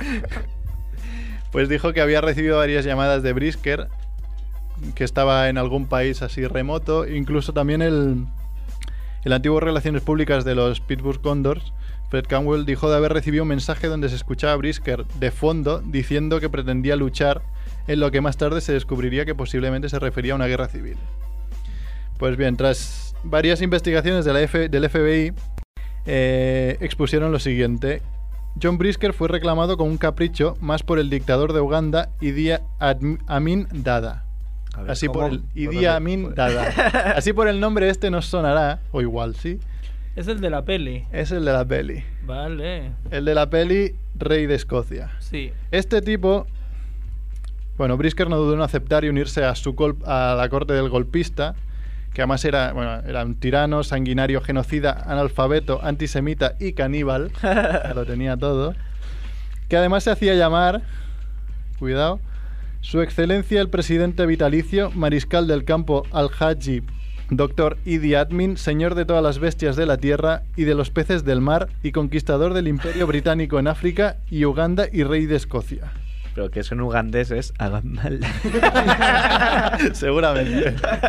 S6: Pues dijo que había recibido varias llamadas de Brisker, que estaba en algún país así remoto, incluso también el, el antiguo Relaciones Públicas de los Pittsburgh Condors, Fred Canwell, dijo de haber recibido un mensaje donde se escuchaba a Brisker de fondo diciendo que pretendía luchar en lo que más tarde se descubriría que posiblemente se refería a una guerra civil. Pues bien, tras varias investigaciones de la F- del F B I, eh, expusieron lo siguiente. John Brisker fue reclamado con un capricho más por el dictador de Uganda, Idi Adm- Amin Dada.
S2: A ver,
S6: Así
S2: ¿cómo?
S6: por el Idi
S2: Pues-
S6: Amin Dada. Así por el nombre este nos sonará, o igual sí.
S5: Es el de la peli.
S6: Es el de la peli.
S5: Vale.
S6: El de la peli Rey de Escocia.
S5: Sí.
S6: Este tipo, bueno, Brisker no dudó en aceptar y unirse a su col- a la corte del golpista, que además era, bueno, era un tirano, sanguinario, genocida, analfabeto, antisemita y caníbal. Ya lo tenía todo. Que además se hacía llamar, cuidado, Su Excelencia el Presidente Vitalicio, Mariscal del Campo Al-Haji, Doctor Idi Amin, Señor de todas las bestias de la tierra y de los peces del mar y conquistador del Imperio Británico en África y Uganda y Rey de Escocia.
S2: Pero que eso en ugandés es Agamala.
S6: Seguramente.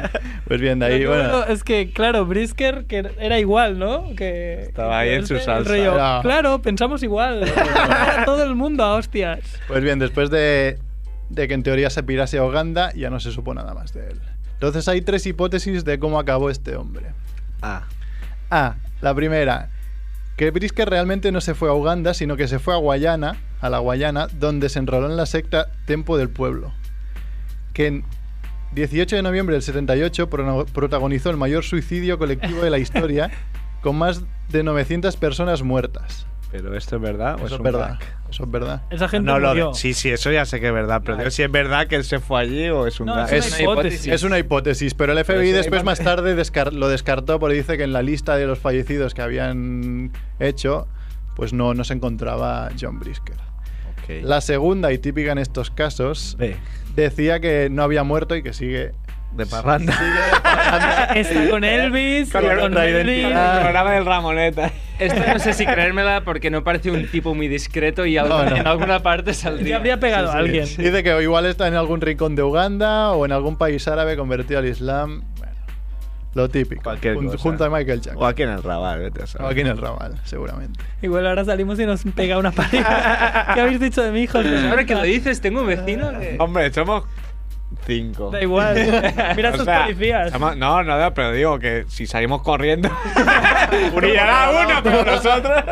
S6: Pues bien, de ahí,
S5: Pero qué
S6: bueno.
S5: bueno, es que, claro, Brisker que era igual, ¿no? Que,
S2: Estaba
S5: que
S2: ahí en
S5: este,
S2: su
S5: el
S2: salsa.
S5: rollo,
S6: Era-
S5: Claro, pensamos igual. Todo el mundo a hostias.
S6: Pues bien, después de, de que en teoría se pirase a Uganda, ya no se supo nada más de él. Entonces hay tres hipótesis de cómo acabó este hombre.
S2: Ah,
S6: A. La primera, que Brisker realmente no se fue a Uganda, sino que se fue a Guayana, a la Guayana, donde se enroló en la secta Tempo del Pueblo. Que en dieciocho de noviembre del setenta y ocho pro- protagonizó el mayor suicidio colectivo de la historia, con más de novecientas personas muertas.
S2: pero ¿esto es verdad o
S6: Eso
S2: es
S6: es
S2: un
S6: verdad.
S2: gag?
S6: Eso es verdad.
S5: Esa gente
S2: No, lo
S5: murió.
S2: de- sí, sí, eso ya sé que es verdad, pero digo si es verdad que él se fue allí o es un
S5: No,
S2: gag.
S5: es
S6: Es,
S5: una hipótesis.
S6: es una hipótesis, pero el F B I
S2: Pero es una
S6: después más
S2: hipótesis.
S6: tarde descar- lo descartó porque dice que en la lista de los fallecidos que habían hecho, pues no, no se encontraba John Brisker.
S2: Ok.
S6: La segunda, y típica en estos casos,
S2: B,
S6: decía que no había muerto y que sigue...
S2: de parranda.
S5: Está con Elvis,
S6: Con
S5: con,
S6: la
S5: Melvin.
S6: identidad.
S2: programa del Ramoneta.
S4: Esto no sé si creérmela porque no parece un tipo muy discreto y algo-
S6: No, no.
S4: en alguna parte
S5: Que
S4: saldría.
S5: habría pegado a alguien.
S6: Dice que igual está en algún rincón de Uganda o en algún país árabe convertido al Islam. Bueno, lo típico.
S2: Cualquier
S6: Jun-
S2: cosa.
S6: junto a Michael Jackson.
S2: O aquí en el Raval, vete a saber.
S6: O aquí en el Raval, seguramente.
S5: Igual ahora salimos y nos pega una pareja. ¿Qué habéis dicho de mi hijo?
S4: Ahora que lo dices, tengo un vecino que...
S2: Hombre, somos cinco.
S5: Da igual. Mira a
S2: O
S5: esos
S2: sea,
S5: policías.
S2: somos- no, no, no, pero digo que si salimos corriendo, brillará uno, pero nosotros.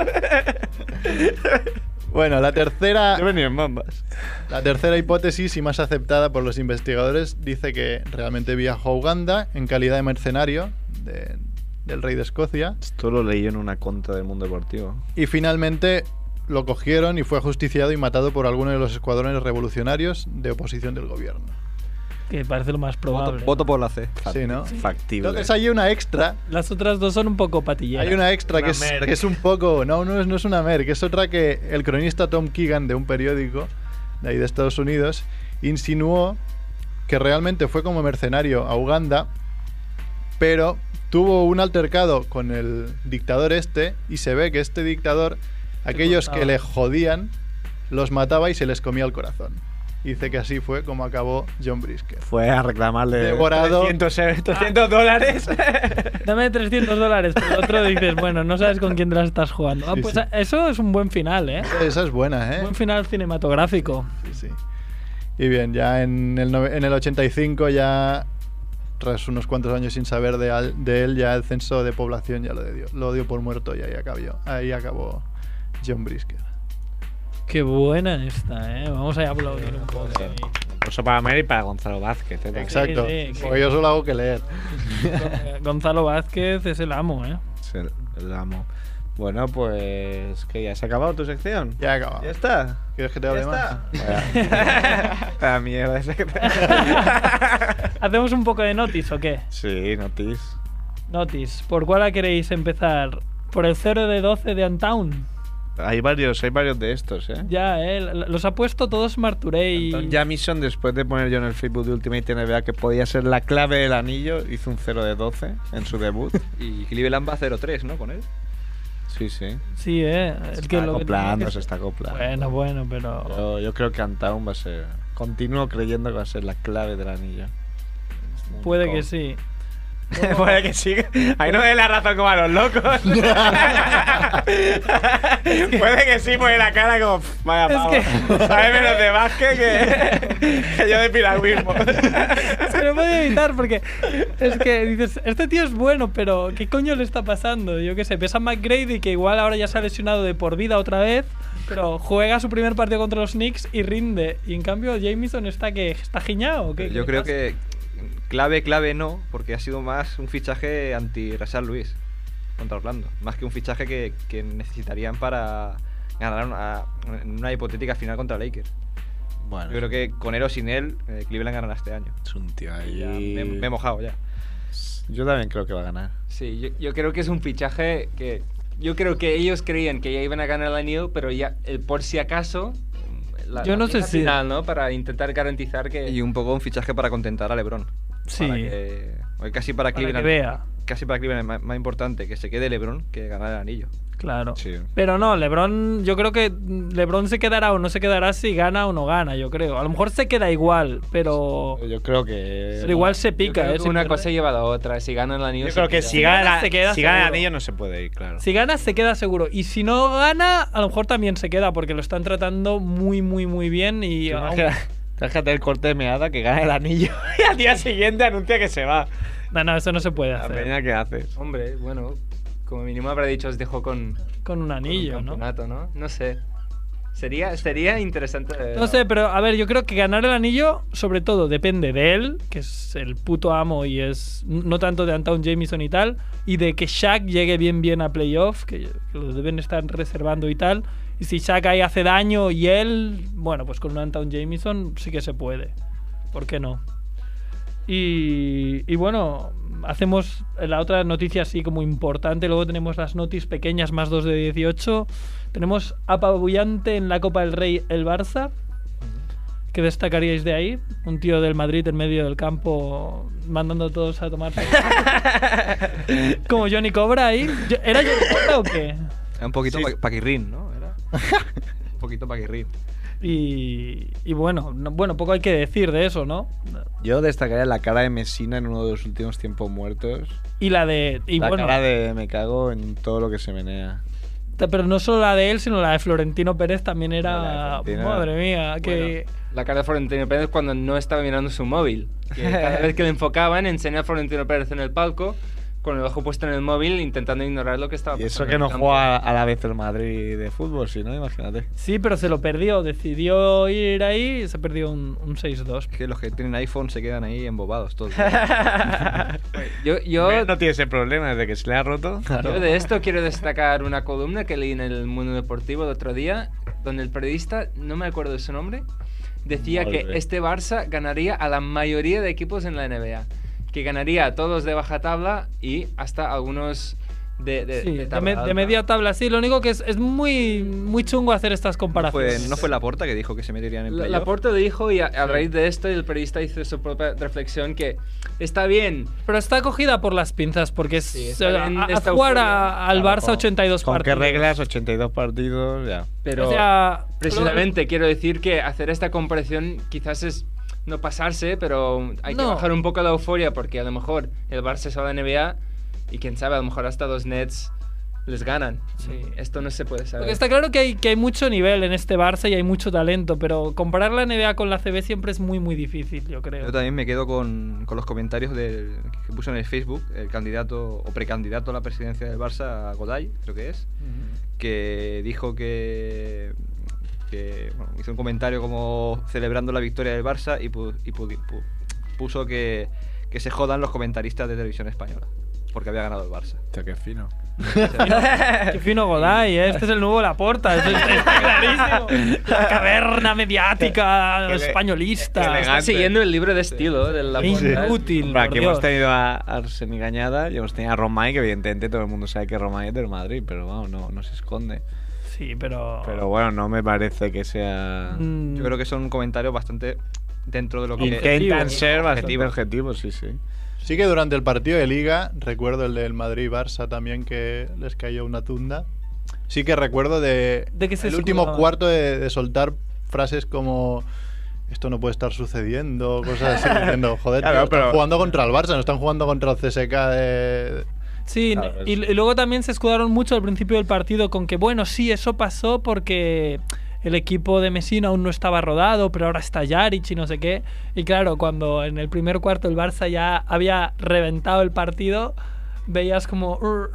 S6: Bueno, la tercera,
S2: Yo venía en bombas.
S6: la tercera hipótesis y más aceptada por los investigadores dice que realmente viajó a Uganda en calidad de mercenario de- del rey de Escocia
S2: Esto lo leí en una conta del Mundo Deportivo.
S6: y finalmente lo cogieron y fue ajusticiado y matado por alguno de los escuadrones revolucionarios de oposición del gobierno.
S5: Que parece lo más
S7: Voto,
S5: probable.
S7: voto por la C.
S6: Sí, ¿no?
S2: Factible.
S6: Entonces hay una extra,
S5: Las otras dos son un poco patilleras.
S6: hay una extra
S2: Una
S6: que es,
S2: merc.
S6: que es un poco, no, no es, no es una merc, es otra que el cronista Tom Keegan de un periódico de ahí de Estados Unidos insinuó que realmente fue como mercenario a Uganda, pero tuvo un altercado con el dictador este y se ve que este dictador, aquellos que
S5: cortaba.
S6: le jodían, los mataba y se les comía el corazón. Dice que así fue como acabó John Brisker.
S2: Fue a reclamarle
S6: Devorado.
S2: trescientos, eh, trescientos dólares.
S5: Dame trescientos dólares, pero el otro dices, bueno, no sabes con quién te las estás jugando. Ah,
S6: Sí,
S5: pues
S6: sí.
S5: eso es un buen final, ¿eh?
S6: Esa es buena, ¿eh?
S5: Buen final cinematográfico.
S6: Sí, sí. Y bien, ya en el, nove- en el ochenta y cinco, ya tras unos cuantos años sin saber de, al- de él, ya el censo de población ya lo dio, lo dio por muerto y ahí acabó, ahí acabó John Brisker.
S5: Qué buena esta, ¿eh? Vamos a aplaudir un poco.
S2: Eso para Mary y para Gonzalo Vázquez. ¿eh?
S6: Exacto,
S5: sí, sí.
S6: porque yo solo hago que leer.
S5: Gonzalo Vázquez es el amo, ¿eh?
S2: Sí, el amo. Bueno, pues que ya se ha acabado tu sección.
S6: Ya he acabado.
S2: ¿Ya está?
S6: ¿Quieres que te hable
S2: ¿Ya
S6: más?
S2: está? La mierda esa que te...
S5: ¿Hacemos un poco de notice o qué?
S2: Sí, notis.
S5: Notice. ¿Por cuál queréis empezar? ¿Por el cero de doce de Untown?
S2: Hay varios, hay varios de estos, ¿eh?
S5: Ya, ¿eh? L- Los ha puesto todos Marturey.
S2: Anton Jamison, después de poner yo en el Facebook de Ultimate N B A que podía ser la clave del anillo, hizo un cero de doce en su debut.
S7: Y Cleveland va cero tres, ¿no? Con él.
S2: Sí, sí.
S5: Sí, ¿eh?
S2: Se
S5: El que
S2: está
S5: lo que
S2: acoplando,
S5: tenía que-
S2: se está acoplando.
S5: Bueno, bueno, pero...
S2: Yo, yo creo que Antown va a ser... Continúo creyendo que va a ser la clave del anillo.
S5: Puede
S2: Un
S5: que
S2: con-
S5: sí.
S2: Puede que sí. Ahí no dé la razón como a los locos. Puede que sí, pone la cara como... pff, Vaya
S5: Es
S2: pavo.
S5: que-
S2: Sabe menos de básquet que, que yo de piragüismo.
S5: Es que no podía evitar porque es que dices, este tío es bueno, pero ¿qué coño le está pasando? Yo qué sé, ves a McGrady que igual ahora ya se ha lesionado de por vida otra vez, pero juega su primer partido contra los Knicks y rinde. Y en cambio Jamison está que está giñado. ¿o qué? ¿Qué
S7: Yo
S5: le
S7: creo
S5: pasa?
S7: que clave, clave no, porque ha sido más un fichaje anti-Rashad Lewis contra Orlando. Más que un fichaje que, que necesitarían para ganar una, una hipotética final contra Lakers.
S2: Bueno,
S7: Yo creo que con él o sin él, eh, Cleveland ganará este año.
S2: es un tío ahí...
S7: Ya me, me he mojado ya.
S2: Yo también creo que va a ganar.
S4: Sí, yo, yo creo que es un fichaje que... Yo creo que ellos creían que ya iban a ganar el anillo, pero ya, el por si acaso... La,
S5: Yo
S4: la
S5: no sé
S4: pieza
S5: si-
S4: final, ¿no? Para intentar garantizar que...
S7: Y un poco un fichaje para contentar a LeBron.
S5: Sí.
S7: Para que, o casi para
S5: Para que
S7: Cleveland.
S5: vea.
S7: casi para Cleveland es más, más importante que se quede LeBron que ganar el anillo.
S5: Claro.
S2: Sí.
S5: Pero no, LeBron, yo creo que LeBron se quedará o no se quedará si gana o no gana, yo creo. A lo mejor se queda igual, pero...
S2: Yo creo que...
S5: Pero igual se
S4: Yo
S5: pica,
S4: creo
S5: ¿eh?
S4: que
S5: Si
S4: una
S5: pierde.
S4: cosa lleva a la otra. Si gana el anillo.
S2: Yo
S4: se
S2: creo que
S4: queda.
S2: si gana,
S5: se queda
S2: si gana el
S5: seguro.
S2: anillo no se puede ir, claro.
S5: Si gana, se queda seguro. Y si no gana, a lo mejor también se queda, porque lo están tratando muy, muy, muy bien. Y
S2: Tú
S5: aún-
S2: imagina- Déjate el corte de meada que gana el anillo y al día siguiente anuncia que se va.
S5: No, no, eso no se puede
S2: La
S5: hacer.
S2: peña que haces.
S4: Hombre, bueno, como mínimo habrá dicho os dejo con,
S5: Con un anillo,
S4: con un
S5: ¿no?
S4: campeonato, ¿no? No sé. Sería, sería interesante. de ver.
S5: No sé, pero a ver, yo creo que ganar el anillo, sobre todo, depende de él, que es el puto amo y es no tanto de Antawn Jamison y tal, y de que Shaq llegue bien bien a playoff, que, que lo deben estar reservando y tal. Y si Shaq ahí hace daño y él, bueno, pues con un Antawn Jamison sí que se puede. ¿Por qué no? Y, y bueno, hacemos la otra noticia así como importante. Luego tenemos las noticias pequeñas más dos de dieciocho. Tenemos apabullante en la Copa del Rey el Barça. ¿Qué destacaríais de ahí? Un tío del Madrid en medio del campo mandando a todos a tomar. Como Johnny Cobra ahí. Yo- ¿Era Johnny Cobra o qué?
S7: Era un poquito
S2: Sí.
S7: pa- Paquirrín, ¿no? Era un poquito Paquirrín.
S5: Y, y bueno, no- bueno, poco hay que decir de eso, ¿no?
S2: Yo destacaría la cara de Messina en uno de los últimos tiempos muertos.
S5: Y la de. Y
S2: la
S5: bueno,
S2: cara de me cago en todo lo que se menea.
S5: pero no solo la de él, sino la de Florentino Pérez también era.
S2: La de Florentino.
S5: Madre mía, que.
S4: Bueno, la cara de Florentino Pérez cuando no estaba mirando su móvil. Que cada vez que le enfocaban, enseña a Florentino Pérez en el palco, con el ojo puesto en el móvil, intentando ignorar lo que estaba
S2: Y
S4: pasando.
S2: eso que
S4: en
S2: no
S4: el campo.
S2: juega a la vez el Madrid de fútbol, si no, imagínate.
S5: Sí, pero se lo perdió. Decidió ir ahí y se perdió un, un seis dos.
S7: Es que los que tienen iPhone se quedan ahí embobados todos.
S4: Yo, yo,
S2: no tiene ese problema desde que se le ha roto.
S4: yo de esto quiero destacar una columna que leí en el Mundo Deportivo el otro día, donde el periodista, no me acuerdo de su nombre, decía
S2: Madre.
S4: que este Barça ganaría a la mayoría de equipos en la N B A. Que ganaría a todos de baja tabla y hasta algunos de, de,
S5: Sí,
S4: de
S5: de,
S4: tabla
S5: me- de
S4: alta.
S5: media tabla, sí. Lo único que es, es muy, muy chungo hacer estas
S7: ¿No
S5: comparaciones.
S7: fue, ¿No fue Laporta que dijo que se meterían en
S4: La,
S7: playoff?
S4: Laporta dijo, y a, a raíz de esto, el periodista hizo su propia reflexión, que está bien.
S5: Pero está cogida por las pinzas porque es
S4: Sí, está
S5: eh,
S4: bien
S5: a- a
S4: esta
S5: jugar
S4: euforia.
S5: a- al
S2: Claro,
S5: Barça
S2: con-
S5: ochenta y dos
S2: ¿Con
S5: partidos.
S2: qué reglas? ochenta y dos partidos, ya.
S4: Pero
S5: O sea,
S4: precisamente quiero decir que hacer esta comparación quizás es no pasarse, pero hay que
S5: No.
S4: bajar un poco la euforia porque a lo mejor el Barça se va a la N B A y quién sabe, a lo mejor hasta los Nets les ganan.
S5: Sí.
S4: Esto no se puede saber.
S5: Porque está claro que hay, que hay mucho nivel en este Barça y hay mucho talento, pero comparar la N B A con la C B siempre es muy, muy difícil, yo creo.
S7: Yo también me quedo con, con los comentarios del, que puso en el Facebook el candidato o precandidato a la presidencia del Barça, Goday, creo que es, que dijo que, que bueno, hizo un comentario como celebrando la victoria del Barça y, pu- y pu- pu- puso que, que se jodan los comentaristas de televisión española porque había ganado el Barça.
S2: Hostia, qué fino.
S5: Qué fino Goday, ¿eh? Este es el nuevo Laporta, eso es- está clarísimo. La caverna mediática
S2: Qué ele-
S5: españolista.
S2: qué
S4: Está
S2: elegante.
S4: siguiendo el libro de estilo de la
S5: Qué
S4: Porta.
S5: inútil,
S2: Hombre,
S5: por
S2: aquí
S5: Dios.
S2: hemos tenido a Arseni Gañada y hemos tenido a Romay, que evidentemente todo el mundo sabe que Romay es del Madrid, pero vamos, no, no se esconde.
S5: Sí, pero...
S2: Pero bueno, no me parece que sea...
S5: Mm,
S7: Yo creo que son comentarios bastante dentro de lo que...
S2: Intentan
S5: objetivo.
S2: ser bastante
S7: Objetivo.
S2: objetivos, sí, sí.
S6: Sí que durante el partido de Liga, recuerdo el del Madrid-Barça también que les cayó una tunda. Sí que recuerdo de,
S5: ¿De qué se
S6: el último
S5: escudaban?
S6: cuarto de, de soltar frases como esto no puede estar sucediendo, cosas así, diciendo, joder,
S2: Claro,
S6: tío, están
S2: pero-
S6: jugando contra el Barça, no están jugando contra el C S K de...
S5: Sí,
S2: Claro,
S5: y,
S2: es-
S5: y luego también se escudaron mucho al principio del partido con que, bueno, sí, eso pasó porque el equipo de Messina aún no estaba rodado, pero ahora está Jaric y no sé qué. Y claro, cuando en el primer cuarto el Barça ya había reventado el partido, veías como...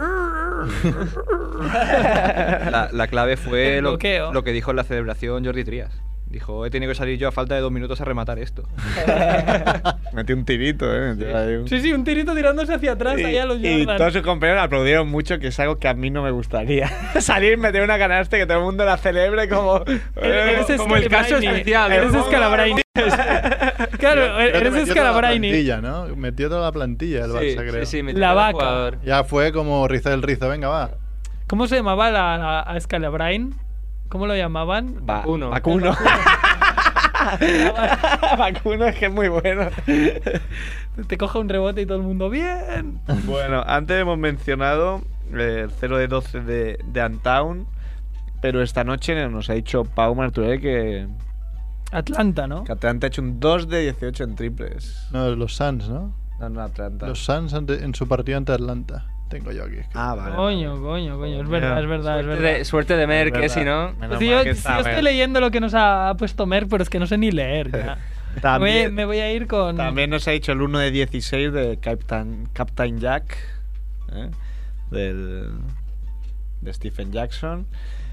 S7: La, la clave fue
S5: El
S7: lo,
S5: bloqueo.
S7: lo que dijo en la celebración Jordi Trías. Dijo, he tenido que salir yo a falta de dos minutos a rematar esto.
S2: Metió un tirito, ¿eh? Metió ahí un-
S5: Sí, sí, un tirito tirándose hacia atrás,
S2: Y,
S5: ahí a los
S2: y
S5: Jordan.
S2: todos sus compañeros aplaudieron mucho, que es algo que a mí no me gustaría. Salir, meter una canasta y que todo el mundo la celebre como...
S5: Eres
S4: como el caso
S5: Scalabrine.
S4: especial, ¿no?
S5: Eres Scalabrine. Claro,
S6: Creo que
S5: eres
S6: metió toda la
S5: Scalabrine.
S6: plantilla, ¿no? Metió toda la plantilla el
S4: Sí,
S6: Barça, creo.
S4: sí, sí, metió
S5: La
S4: a cada
S5: vaca.
S4: jugador.
S6: Ya fue como riza el rizo, venga, va.
S5: ¿Cómo se llamaba la, la- a Scalabrine? ¿Cómo lo llamaban?
S2: Va-
S4: Vacuno.
S2: Vacuno. Vacuno es que es muy bueno.
S5: Te coge un rebote y todo el mundo, ¡bien!
S2: Bueno, antes hemos mencionado eh, el cero de doce de, de Untown, pero esta noche nos ha dicho Pau Martorell que,
S5: Atlanta, ¿no?
S2: que Atlanta ha hecho un dos de dieciocho en triples.
S6: No, los Suns, ¿no?
S2: No, no, Atlanta.
S6: Los Suns ante- en su partido ante Atlanta. Tengo yo aquí.
S2: Ah, vale.
S5: Coño, coño, coño. Es verdad, es verdad, es
S4: Suerte
S5: verdad.
S4: de, suerte de Merck, ¿eh? Si no.
S2: Menos
S5: Si
S2: mal
S5: yo,
S2: que
S5: si
S2: está
S5: yo estoy
S2: Merck.
S5: leyendo lo que nos ha puesto Merck, pero es que no sé ni leer ya. me, voy,
S2: También,
S5: me voy a ir con...
S2: también nos ha dicho el uno de dieciséis de Captain, Captain Jack, ¿eh? Del, de Stephen Jackson.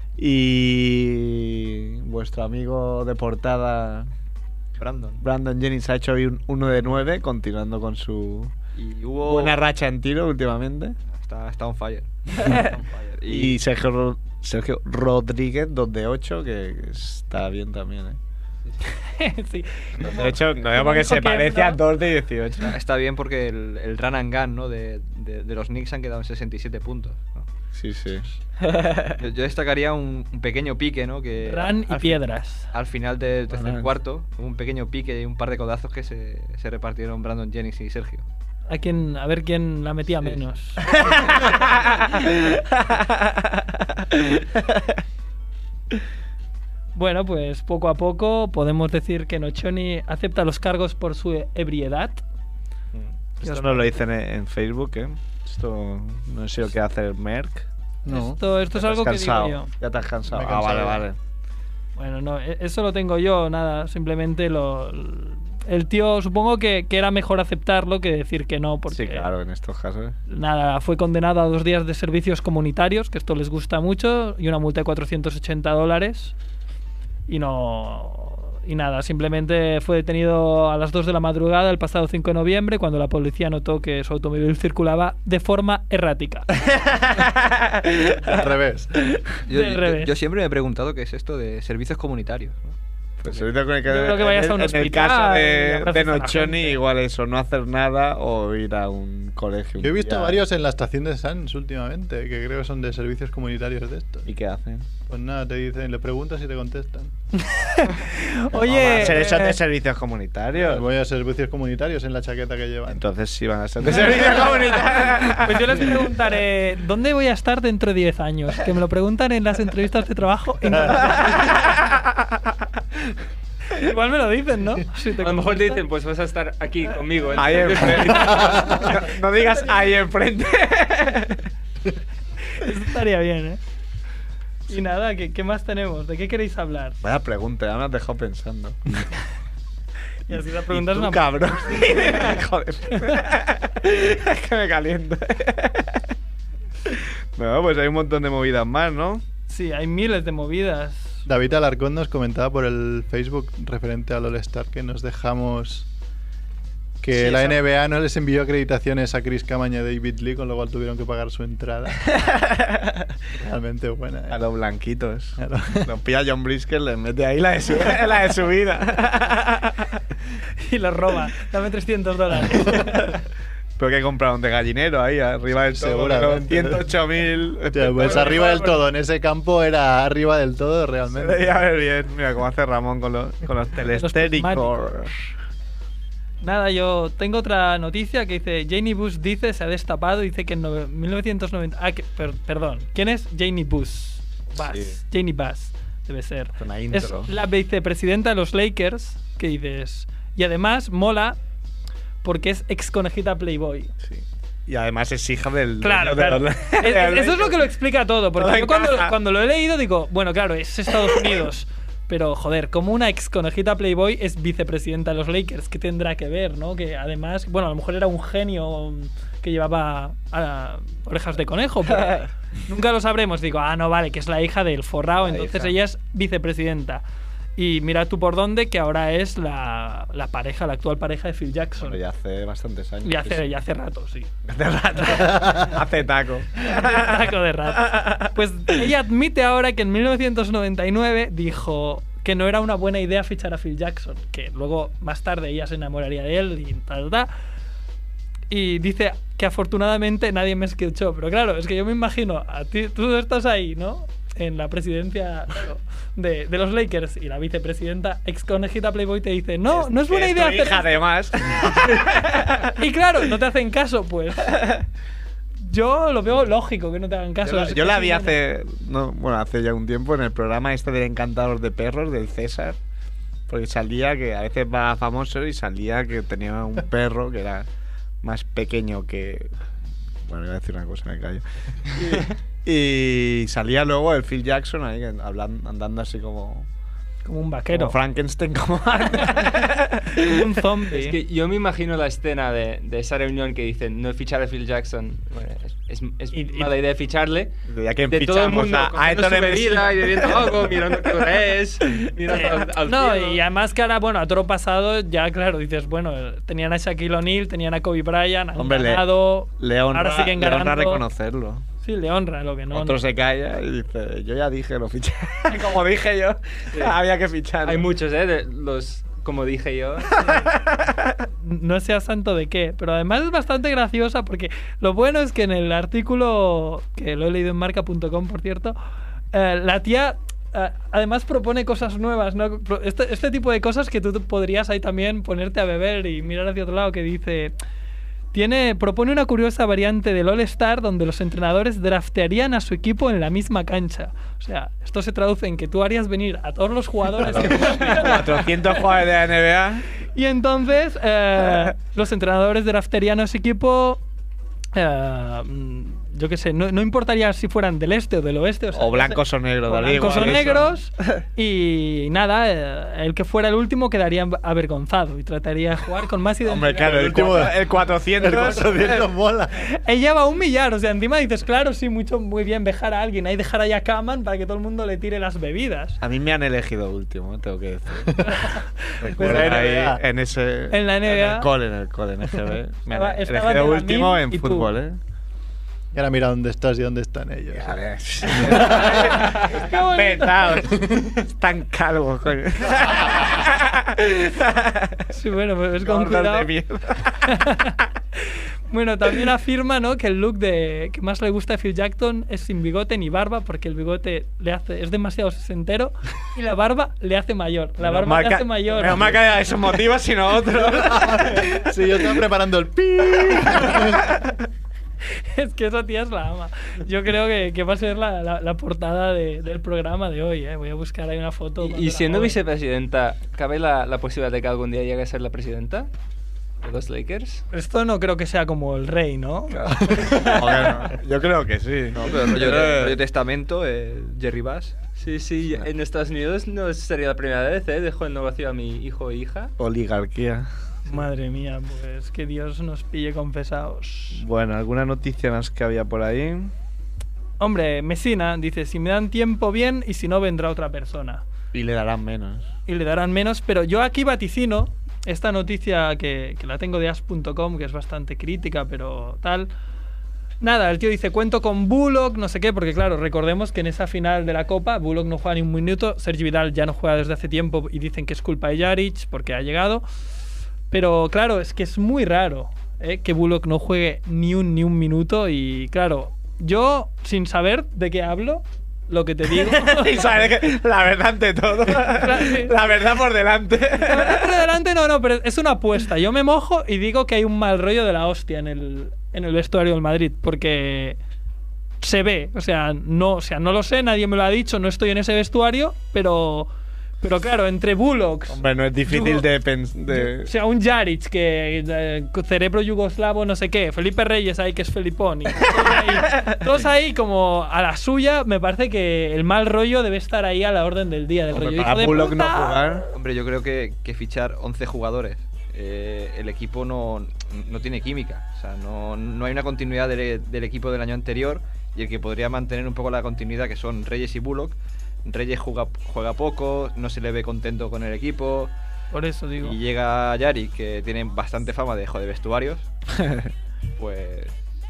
S2: Y vuestro amigo de portada,
S7: Brandon.
S2: Brandon Jennings, ha hecho hoy un uno de nueve, continuando con su
S7: Y hubo.
S2: buena racha en tiro últimamente.
S7: Está, está on fire. Está on fire.
S2: Y Sergio, Ro- Sergio Rodríguez, dos de ocho, que está bien también, ¿eh?
S5: sí.
S2: De hecho, no veo porque se parece a dos de dieciocho.
S7: Está, está bien porque el, el run and gun, ¿no? de, de, de los Knicks han quedado en sesenta y siete puntos, ¿no?
S2: Sí, sí.
S7: Yo, yo destacaría un, un pequeño pique, ¿no? Que
S5: Ran y
S7: al,
S5: piedras.
S7: al final del tercer
S2: Ran.
S7: cuarto, hubo un pequeño pique y un par de codazos que se, se repartieron Brandon Jennings y Sergio.
S5: A, quién, a ver quién la metía
S7: Sí.
S5: menos. Bueno, pues poco a poco podemos decir que Nochoni acepta los cargos por su ebriedad.
S2: Esto no lo dicen en, en Facebook, ¿eh? Esto no sé lo que hace Merck.
S6: No.
S5: Esto, esto es
S2: Ya te
S5: algo
S2: has
S5: que
S2: cansado,
S5: digo yo.
S2: Ya te has cansado.
S6: Me he
S2: Ah, vale,
S6: cansado ya.
S2: vale.
S5: Bueno, no, e- eso lo tengo yo, nada, simplemente lo... El tío, supongo que, que era mejor aceptarlo que decir que no, porque...
S2: Sí, claro, en estos casos.
S5: Nada, fue condenado a dos días de servicios comunitarios, que esto les gusta mucho, y una multa de cuatrocientos ochenta dólares. Y no... Y nada, simplemente fue detenido a las dos de la madrugada el pasado cinco de noviembre, cuando la policía notó que su automóvil circulaba de forma errática.
S6: Al revés.
S7: Yo,
S5: Del
S7: yo-
S5: revés.
S7: yo siempre me he preguntado qué es esto de servicios comunitarios, ¿no?
S2: Pues ahorita con el,
S5: Yo creo que vayas
S2: en,
S5: a un
S2: en el
S5: hospital
S2: caso
S5: y
S2: de,
S5: abraces
S2: de
S5: a la
S2: Nochoni,
S5: gente.
S2: igual eso, no hacer nada o ir a un colegio.
S6: Yo he
S2: un
S6: visto
S2: día.
S6: varios en la estación de Sans últimamente, que creo que son de servicios comunitarios de estos.
S2: ¿Y qué hacen?
S6: Pues nada, te dicen, le preguntas y te contestan.
S5: Oye,
S2: ¿Van a ser eso de
S5: eh,
S2: servicios comunitarios?
S6: Voy a servicios comunitarios en la chaqueta que llevan.
S2: Entonces sí van a ser de servicios comunitarios.
S5: pues yo les preguntaré, ¿dónde voy a estar dentro de diez años? Que me lo preguntan en las entrevistas de trabajo. en- Igual me lo dicen, ¿no? Si te
S4: A lo mejor te
S5: contestan.
S4: dicen, pues vas a estar aquí conmigo. ¿eh?
S2: Ahí enfrente. No, no digas ahí enfrente.
S5: Eso estaría bien, ¿eh? Y nada, ¿qué, ¿qué más tenemos? ¿De qué queréis hablar?
S2: Vaya pregunta, ya me has dejado pensando.
S5: Y así la pregunta es
S2: Tú,
S5: una...
S2: cabrón. Joder. Es que me caliento. No, pues hay un montón de movidas más, ¿no?
S5: Sí, hay miles de movidas.
S6: David Alarcón nos comentaba por el Facebook referente al All-Star que nos dejamos que
S2: Sí,
S6: la
S2: eso.
S6: N B A no les envió acreditaciones a Chris Camaña y David Lee, con lo cual tuvieron que pagar su entrada. Realmente buena. ¿eh?
S2: A los blanquitos.
S6: Claro.
S2: Los pilla John Brisker, les mete ahí la de su, la de su vida.
S5: Y los roba. Dame trescientos dólares.
S2: Pero que compraron de gallinero ahí, arriba del todo.
S6: Seguramente.
S2: ciento ocho mil.
S6: Hostia, pues arriba del todo, en ese campo era arriba del todo realmente.
S2: Debería ver bien. Mira cómo hace Ramón con los, con los telestéricos.
S5: Nada, yo tengo otra noticia que dice Janie Bush dice, se ha destapado, dice que en nove- mil novecientos noventa... Ah, que, per- perdón. ¿Quién es Janie Bush? Buss.
S2: Sí.
S5: Janie Buss, debe ser.
S2: Una
S5: Es
S2: intro.
S5: la vicepresidenta de los Lakers, que dices... Y además mola porque es ex conejita Playboy.
S2: Sí. Y además es hija del.
S5: Claro,
S2: dueño de
S5: claro.
S2: los-
S5: Es-
S2: de
S5: es-
S2: los
S5: eso es lo que lo explica todo. Porque
S2: Todo
S5: yo cuando,
S2: encaja.
S5: cuando lo he leído digo, bueno, claro, es Estados Unidos. Pero, joder, como una ex conejita Playboy es vicepresidenta de los Lakers, ¿qué tendrá que ver, no? Que además, bueno, a lo mejor era un genio que llevaba a, orejas de conejo, pero nunca lo sabremos. Digo, ah, no, vale, que es la hija del forrao,
S2: La
S5: entonces
S2: hija.
S5: ella es vicepresidenta. Y mira tú por dónde, que ahora es la, la pareja, la actual pareja de Phil Jackson.
S2: Bueno, ya hace bastantes años.
S5: Y hace,
S2: sí.
S5: ya hace rato, sí.
S2: Hace rato. Hace taco.
S5: Taco de rato. Pues ella admite ahora que en mil novecientos noventa y nueve dijo que no era una buena idea fichar a Phil Jackson, que luego más tarde ella se enamoraría de él y tal, tal. Y dice que afortunadamente nadie me escuchó. Pero claro, es que yo me imagino, a ti, tú estás ahí, ¿no? en la presidencia claro, de, de los Lakers y la vicepresidenta ex conejita Playboy te dice, no, no es buena
S2: Que
S5: idea
S2: tu
S5: hacer
S2: hija, además.
S5: Y claro, no te hacen caso, pues. Yo lo veo lógico que no te hagan caso.
S2: Yo, la-
S5: Es
S2: yo la vi
S5: que-
S2: hace, no, bueno, hace ya un tiempo en el programa este del Encantador de Perros del César, porque salía que a veces va famoso y salía que tenía un perro que era más pequeño que, bueno, iba a decir una cosa, me callo. Y, y salía luego el Phil Jackson ahí hablando, andando así como
S5: Como un vaquero.
S2: como Frankenstein, como
S5: un zombie.
S4: Es que yo me imagino la escena de, de esa reunión que dicen no fichar a Phil Jackson. Bueno, es es, es mala idea ficharle.
S2: Ya que
S4: de todo el
S2: fichamos
S4: mundo
S2: a
S4: cogiendo
S2: Ayrton
S4: su bebida
S2: Messi.
S4: y bebiendo algo, mirando qué hora es, mirando al, al
S5: No,
S4: cielo.
S5: y además que ahora, bueno, a toro pasado, ya claro, dices, bueno, tenían a Shaquille O'Neal, tenían a Kobe Bryant, han
S2: Hombre, le,
S5: ganado,
S2: le honra,
S5: ahora siguen
S2: le honra
S5: ganando.
S2: reconocerlo.
S5: Sí, le honra lo que no.
S2: Otro
S5: no.
S2: se calla y dice, yo ya dije, lo fiché. Como dije yo,
S4: Sí.
S2: había que ficharlo.
S4: Hay muchos, ¿eh? De los, como dije yo.
S5: No sea santo de qué, pero además es bastante graciosa porque lo bueno es que en el artículo, que lo he leído en marca punto com, por cierto, eh, la tía eh, además propone cosas nuevas, ¿no? Pro- Este, este tipo de cosas que tú podrías ahí también ponerte a beber y mirar hacia otro lado, que dice... Tiene, propone una curiosa variante del All-Star donde los entrenadores draftearían a su equipo en la misma cancha. O sea, esto se traduce en que tú harías venir a todos los jugadores que
S2: cuatrocientos jugadores de la N B A.
S5: y entonces eh, los entrenadores draftearían a su equipo. eh, mm, yo qué sé, no, no importaría si fueran del este o del oeste. O, sea,
S2: O blancos o negros,
S5: o
S2: da
S5: blancos
S2: igual
S5: o
S2: eso.
S5: negros. Y nada, eh, el que fuera el último quedaría avergonzado y trataría de jugar con más identidad.
S2: Hombre, claro, el,
S6: último-
S2: cuatro- el cuatrocientos.
S6: El cuatrocientos mola.
S5: Ella va a un millar, o sea, encima dices, claro, sí, mucho, muy bien dejar a alguien, ahí dejar ahí a Kaman para que todo el mundo le tire las bebidas.
S2: A mí me han elegido último, tengo que decir. Recuerdo
S6: En la
S2: ahí
S6: N B A.
S2: en ese.
S5: En la N B A.
S2: En el cole, en el cole, en E G B. Me
S5: Estaba-
S2: han
S5: estaba
S2: elegido
S5: de
S2: último
S5: Lamin
S2: en
S5: y tú.
S2: fútbol, ¿eh?
S6: Y ahora mira dónde estás y dónde están ellos.
S2: A ver.
S5: Qué bonito.
S2: Petados. Están calvos, coño.
S5: Sí, bueno, pues es con
S2: Gordos
S5: cuidado.
S2: de mierda.
S5: Bueno, también afirma, ¿no?, que el look de que más le gusta a Phil Jackson es sin bigote ni barba, porque el bigote le hace es demasiado sesentero y la barba le hace mayor. La barba le
S2: Marca-
S5: hace mayor.
S2: Pero me ha caído esos motivos, sino otros.
S6: Sí, yo estaba preparando el pi.
S5: Es que esa tía es la ama. Yo creo que, que va a ser la, la- la portada de- del programa de hoy, ¿eh? Voy a buscar ahí una foto. cuando
S4: Y, y
S5: la
S4: siendo
S5: joven.
S4: vicepresidenta, ¿cabe la, la posibilidad de que algún día llegue a ser la presidenta de los Lakers?
S5: Esto no creo que sea como el rey, ¿no?
S2: Joder, no. Yo creo que sí.
S7: No, pero rollo, de- rollo testamento, eh, Jerry Bass.
S4: Sí, sí, en Estados Unidos no sería la primera vez, ¿eh? Dejo el negocio a mi hijo e hija.
S2: Oligarquía.
S5: Madre mía, pues que Dios nos pille confesados.
S2: Bueno, ¿alguna noticia más que había por ahí?
S5: Hombre, Messina dice, si me dan tiempo bien y si no vendrá otra persona.
S2: Y le darán menos.
S5: Y le darán menos, pero yo aquí vaticino esta noticia que, que la tengo de as punto com, que es bastante crítica, pero tal. Nada, el tío dice, cuento con Bullock, no sé qué, porque claro, recordemos que en esa final de la Copa Bullock no juega ni un minuto, Sergi Vidal ya no juega desde hace tiempo y dicen que es culpa de Jaric porque ha llegado. Pero claro, es que es muy raro, ¿eh?, que Bullock no juegue ni un, ni un minuto y claro, yo sin saber de qué hablo, lo que te digo...
S2: Y sabes que la verdad ante todo. La verdad por delante.
S5: La verdad por delante no, no, pero es una apuesta. Yo me mojo y digo que hay un mal rollo de la hostia en el, en el vestuario del Madrid, porque se ve, o sea, no, o sea, no lo sé, nadie me lo ha dicho, no estoy en ese vestuario, pero, pero claro, entre Bullocks,
S2: Hombre, no es difícil
S5: Yugo-
S2: de pensar.
S5: o sea, un Jaric que eh, cerebro yugoslavo, no sé qué, Felipe Reyes ahí que es Felipón, y todos ahí, todos ahí como a la suya, me parece que el mal rollo debe estar ahí a la orden del día, del rollo.
S2: Para
S5: "Hijo de
S2: Bullock no
S5: puta".
S2: jugar.
S7: Hombre, yo creo que, que fichar once jugadores, eh, el equipo no, no tiene química. O sea, no, no hay una continuidad del, del equipo del año anterior y el que podría mantener un poco la continuidad, que son Reyes y Bullock. Reyes juega, juega poco, no se le ve contento con el equipo.
S5: Por eso digo.
S7: Y llega Yari, que tiene bastante fama de joder vestuarios. Pues.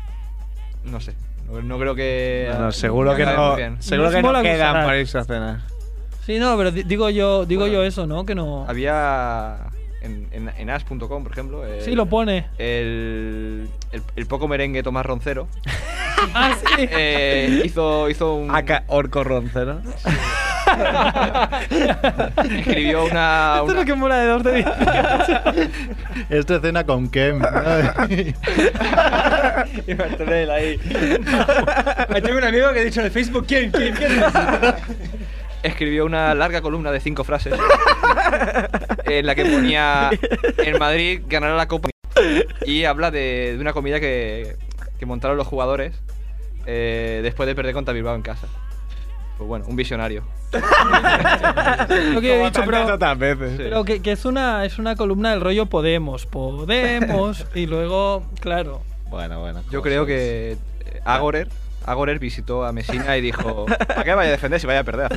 S7: No sé. No, no creo que.
S2: No, no, seguro que
S7: acabe
S2: no.
S7: muy bien.
S2: Seguro
S5: Nos
S2: que no
S5: mola
S2: quedan
S5: gustar.
S2: para irse a cenar.
S5: Sí, no, pero di- digo yo, digo
S7: Bueno.
S5: yo eso, ¿no? Que no.
S7: Había. En, en, en as punto com, por ejemplo. el-
S5: Sí, lo pone.
S7: El, el, el poco merengue Tomás Roncero.
S5: Ah, sí.
S7: Eh, hizo, hizo un...
S2: Acá, Orco Roncero.
S7: Escribió una...
S5: Esto es lo que mola de dos de dieciocho.
S6: Esta escena con Kem.
S4: Y Martorell ahí. Ahí tengo un amigo que ha dicho en el Facebook, ¿quién? ¿Quién? ¿Quién?
S7: Escribió una larga columna de cinco frases en la que ponía en Madrid ganará la Copa y habla de, de una comida que, que montaron los jugadores eh, después de perder contra Bilbao en casa. Pues bueno, un visionario.
S5: Lo que he dicho, pero,
S2: Tantas veces.
S5: pero que, que es una es una columna del rollo Podemos, Podemos y luego, claro.
S2: Bueno, bueno.
S7: Yo creo que eh, Agorer, Agorer visitó a Messina y dijo: ¿para qué vaya a defender si vaya a perder?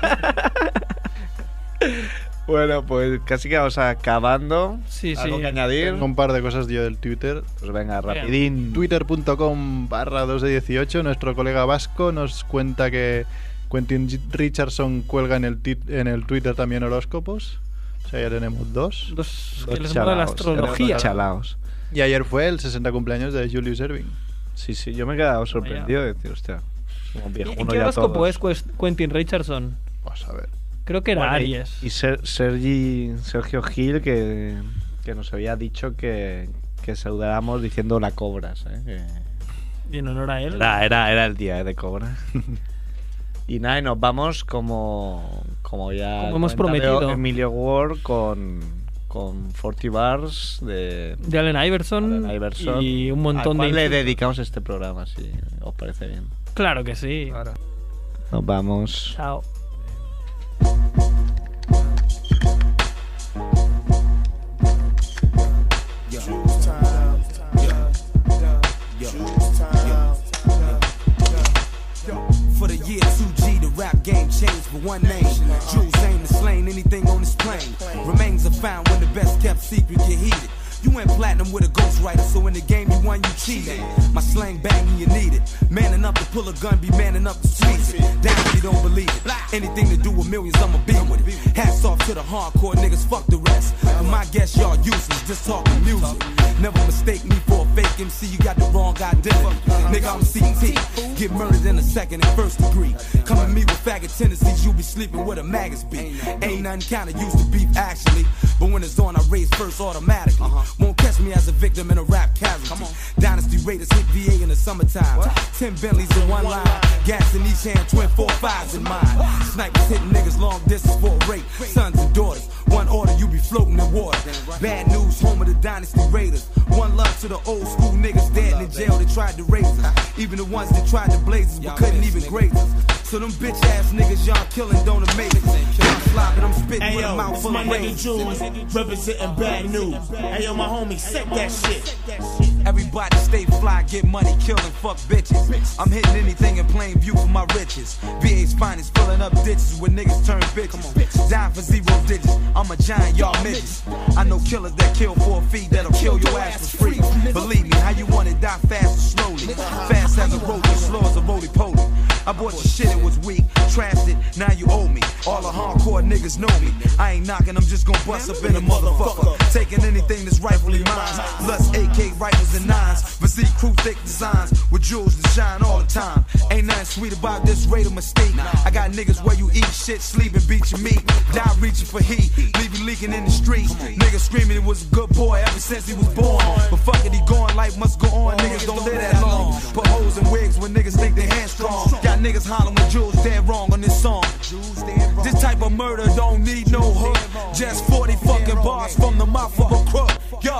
S2: Bueno, pues casi que vamos acabando.
S5: Sí,
S2: ¿Algo
S5: sí.
S2: que añadir?
S6: Tengo un par de cosas yo del Twitter.
S2: Pues venga, rapidín.
S6: Twitter.com barra dos de dieciocho. Nuestro colega vasco nos cuenta que Quentin Richardson cuelga en el, tit- en el Twitter también horóscopos. O sea, ya tenemos dos.
S5: Dos
S2: Dos
S5: que les mola la
S2: chalaos,
S5: astrología.
S2: dos chalaos.
S6: Y ayer fue el sesenta cumpleaños de Julius Erving.
S2: Sí, sí, yo me he quedado sorprendido de decir, hostia, como
S5: ¿Y
S2: viejuno
S5: qué
S2: ya
S5: horóscopo
S2: todos.
S5: es Quest- Quentin Richardson?
S6: Vamos a ver.
S5: Creo que era
S2: Bueno, y-
S5: Aries.
S2: Y Ser- Sergi, Sergio Gil, que, que nos había dicho que, que saludáramos diciendo la cobras. ¿eh?
S5: Y en honor a
S2: Que
S5: él.
S2: era, era, era el día ¿eh? de cobra. Y nada, y nos vamos como, como ya
S5: Como hemos
S2: comenta
S5: prometido.
S2: Emilio Ward con, con cuarenta bars de,
S5: De Allen Iverson,
S2: Allen Iverson.
S5: y un montón
S2: ¿A cuál
S5: de
S2: le
S5: insultos.
S2: dedicamos este programa, si os parece bien?
S5: Claro que sí.
S7: Ahora.
S2: Nos vamos.
S5: Chao.
S12: For the year two G, the rap game changed for one name. Jules aim to slain anything on this plane. Remains are found when the best kept secret get heated. You went platinum with a ghostwriter, so in the game you won, you cheated. My slang banging, you need it. Man enough to pull a gun, be man enough to squeeze it. Down if you don't believe it. Anything to do with millions, I'ma be with it. Hats off to the hardcore niggas, fuck the rest. For my guess, y'all useless, just talking music. Never mistake me for a fake M C, you got the wrong identity. Nigga, I'm C T. Get murdered in a second in first degree. Come at me with faggot tendencies, you be sleeping with a maggots be. Ain't nothing kinda used to beef actually. But when it's on, I raise first automatically. Won't catch me as a victim in a rap casualty. Dynasty Raiders hit V A in the summertime. Ten Bentleys in one line. Gas in each hand, twin four fives in mine. Snipers hitting niggas long distance for a rape. Sons and daughters, one order, you be floating in water. Bad news, home of the Dynasty Raiders. One love to the old school niggas dead in jail that tried to raise us. Even the ones that tried to blaze us but couldn't even graze us. So them bitch ass niggas y'all killing don't amaze us. Y'all slopping, I'm spitting
S13: Hey
S12: with a
S13: yo,
S12: mouth
S13: it's
S12: full
S13: my
S12: of
S13: nigga
S12: rage.
S13: Jules, representing bad news. Hey yo, my homie, set that shit.
S12: Everybody stay fly, get money, kill and fuck bitches. I'm hitting anything in plain view for my riches. V A's finest filling up ditches where niggas turn bitches. Dying for zero digits, I'm a giant, y'all midgets. I know killers that kill for a fee that'll kill your ass for free. Believe me, how you wanna die fast or slowly? Fast as a roach, slow as a roly-poly. I bought your shit, it was weak, trashed it, now you owe me. All the hardcore niggas know me. I ain't knocking, I'm just gon' bust up in a motherfucker. Taking anything that's rightfully mine. Plus A K rifles and nines. But see crew thick designs with jewels that shine all the time. Ain't nothing sweet about this rate of mistake. I got niggas where you eat shit, sleep and beat your meat. Die reaching for heat, leave you leaking in the street. Niggas screaming he was a good boy ever since he was born. But fuck it, he gone, life must go on. Niggas don't live that long. Put hoes in wigs when niggas think they hands strong. Got niggas hollering when Jules dead wrong on this song. This type of murder don't need no hook. Just forty fucking bars from the mouth of a crook. Yo.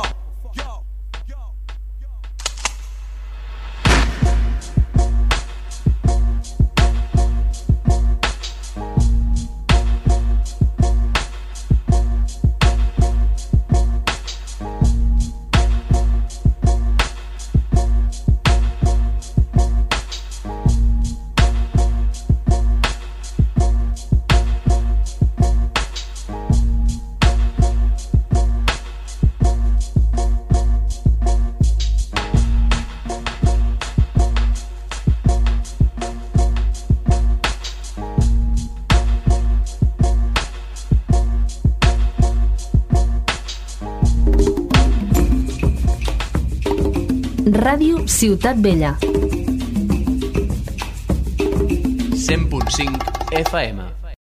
S14: Ràdio Ciutat Vella. cent punt cinc F M.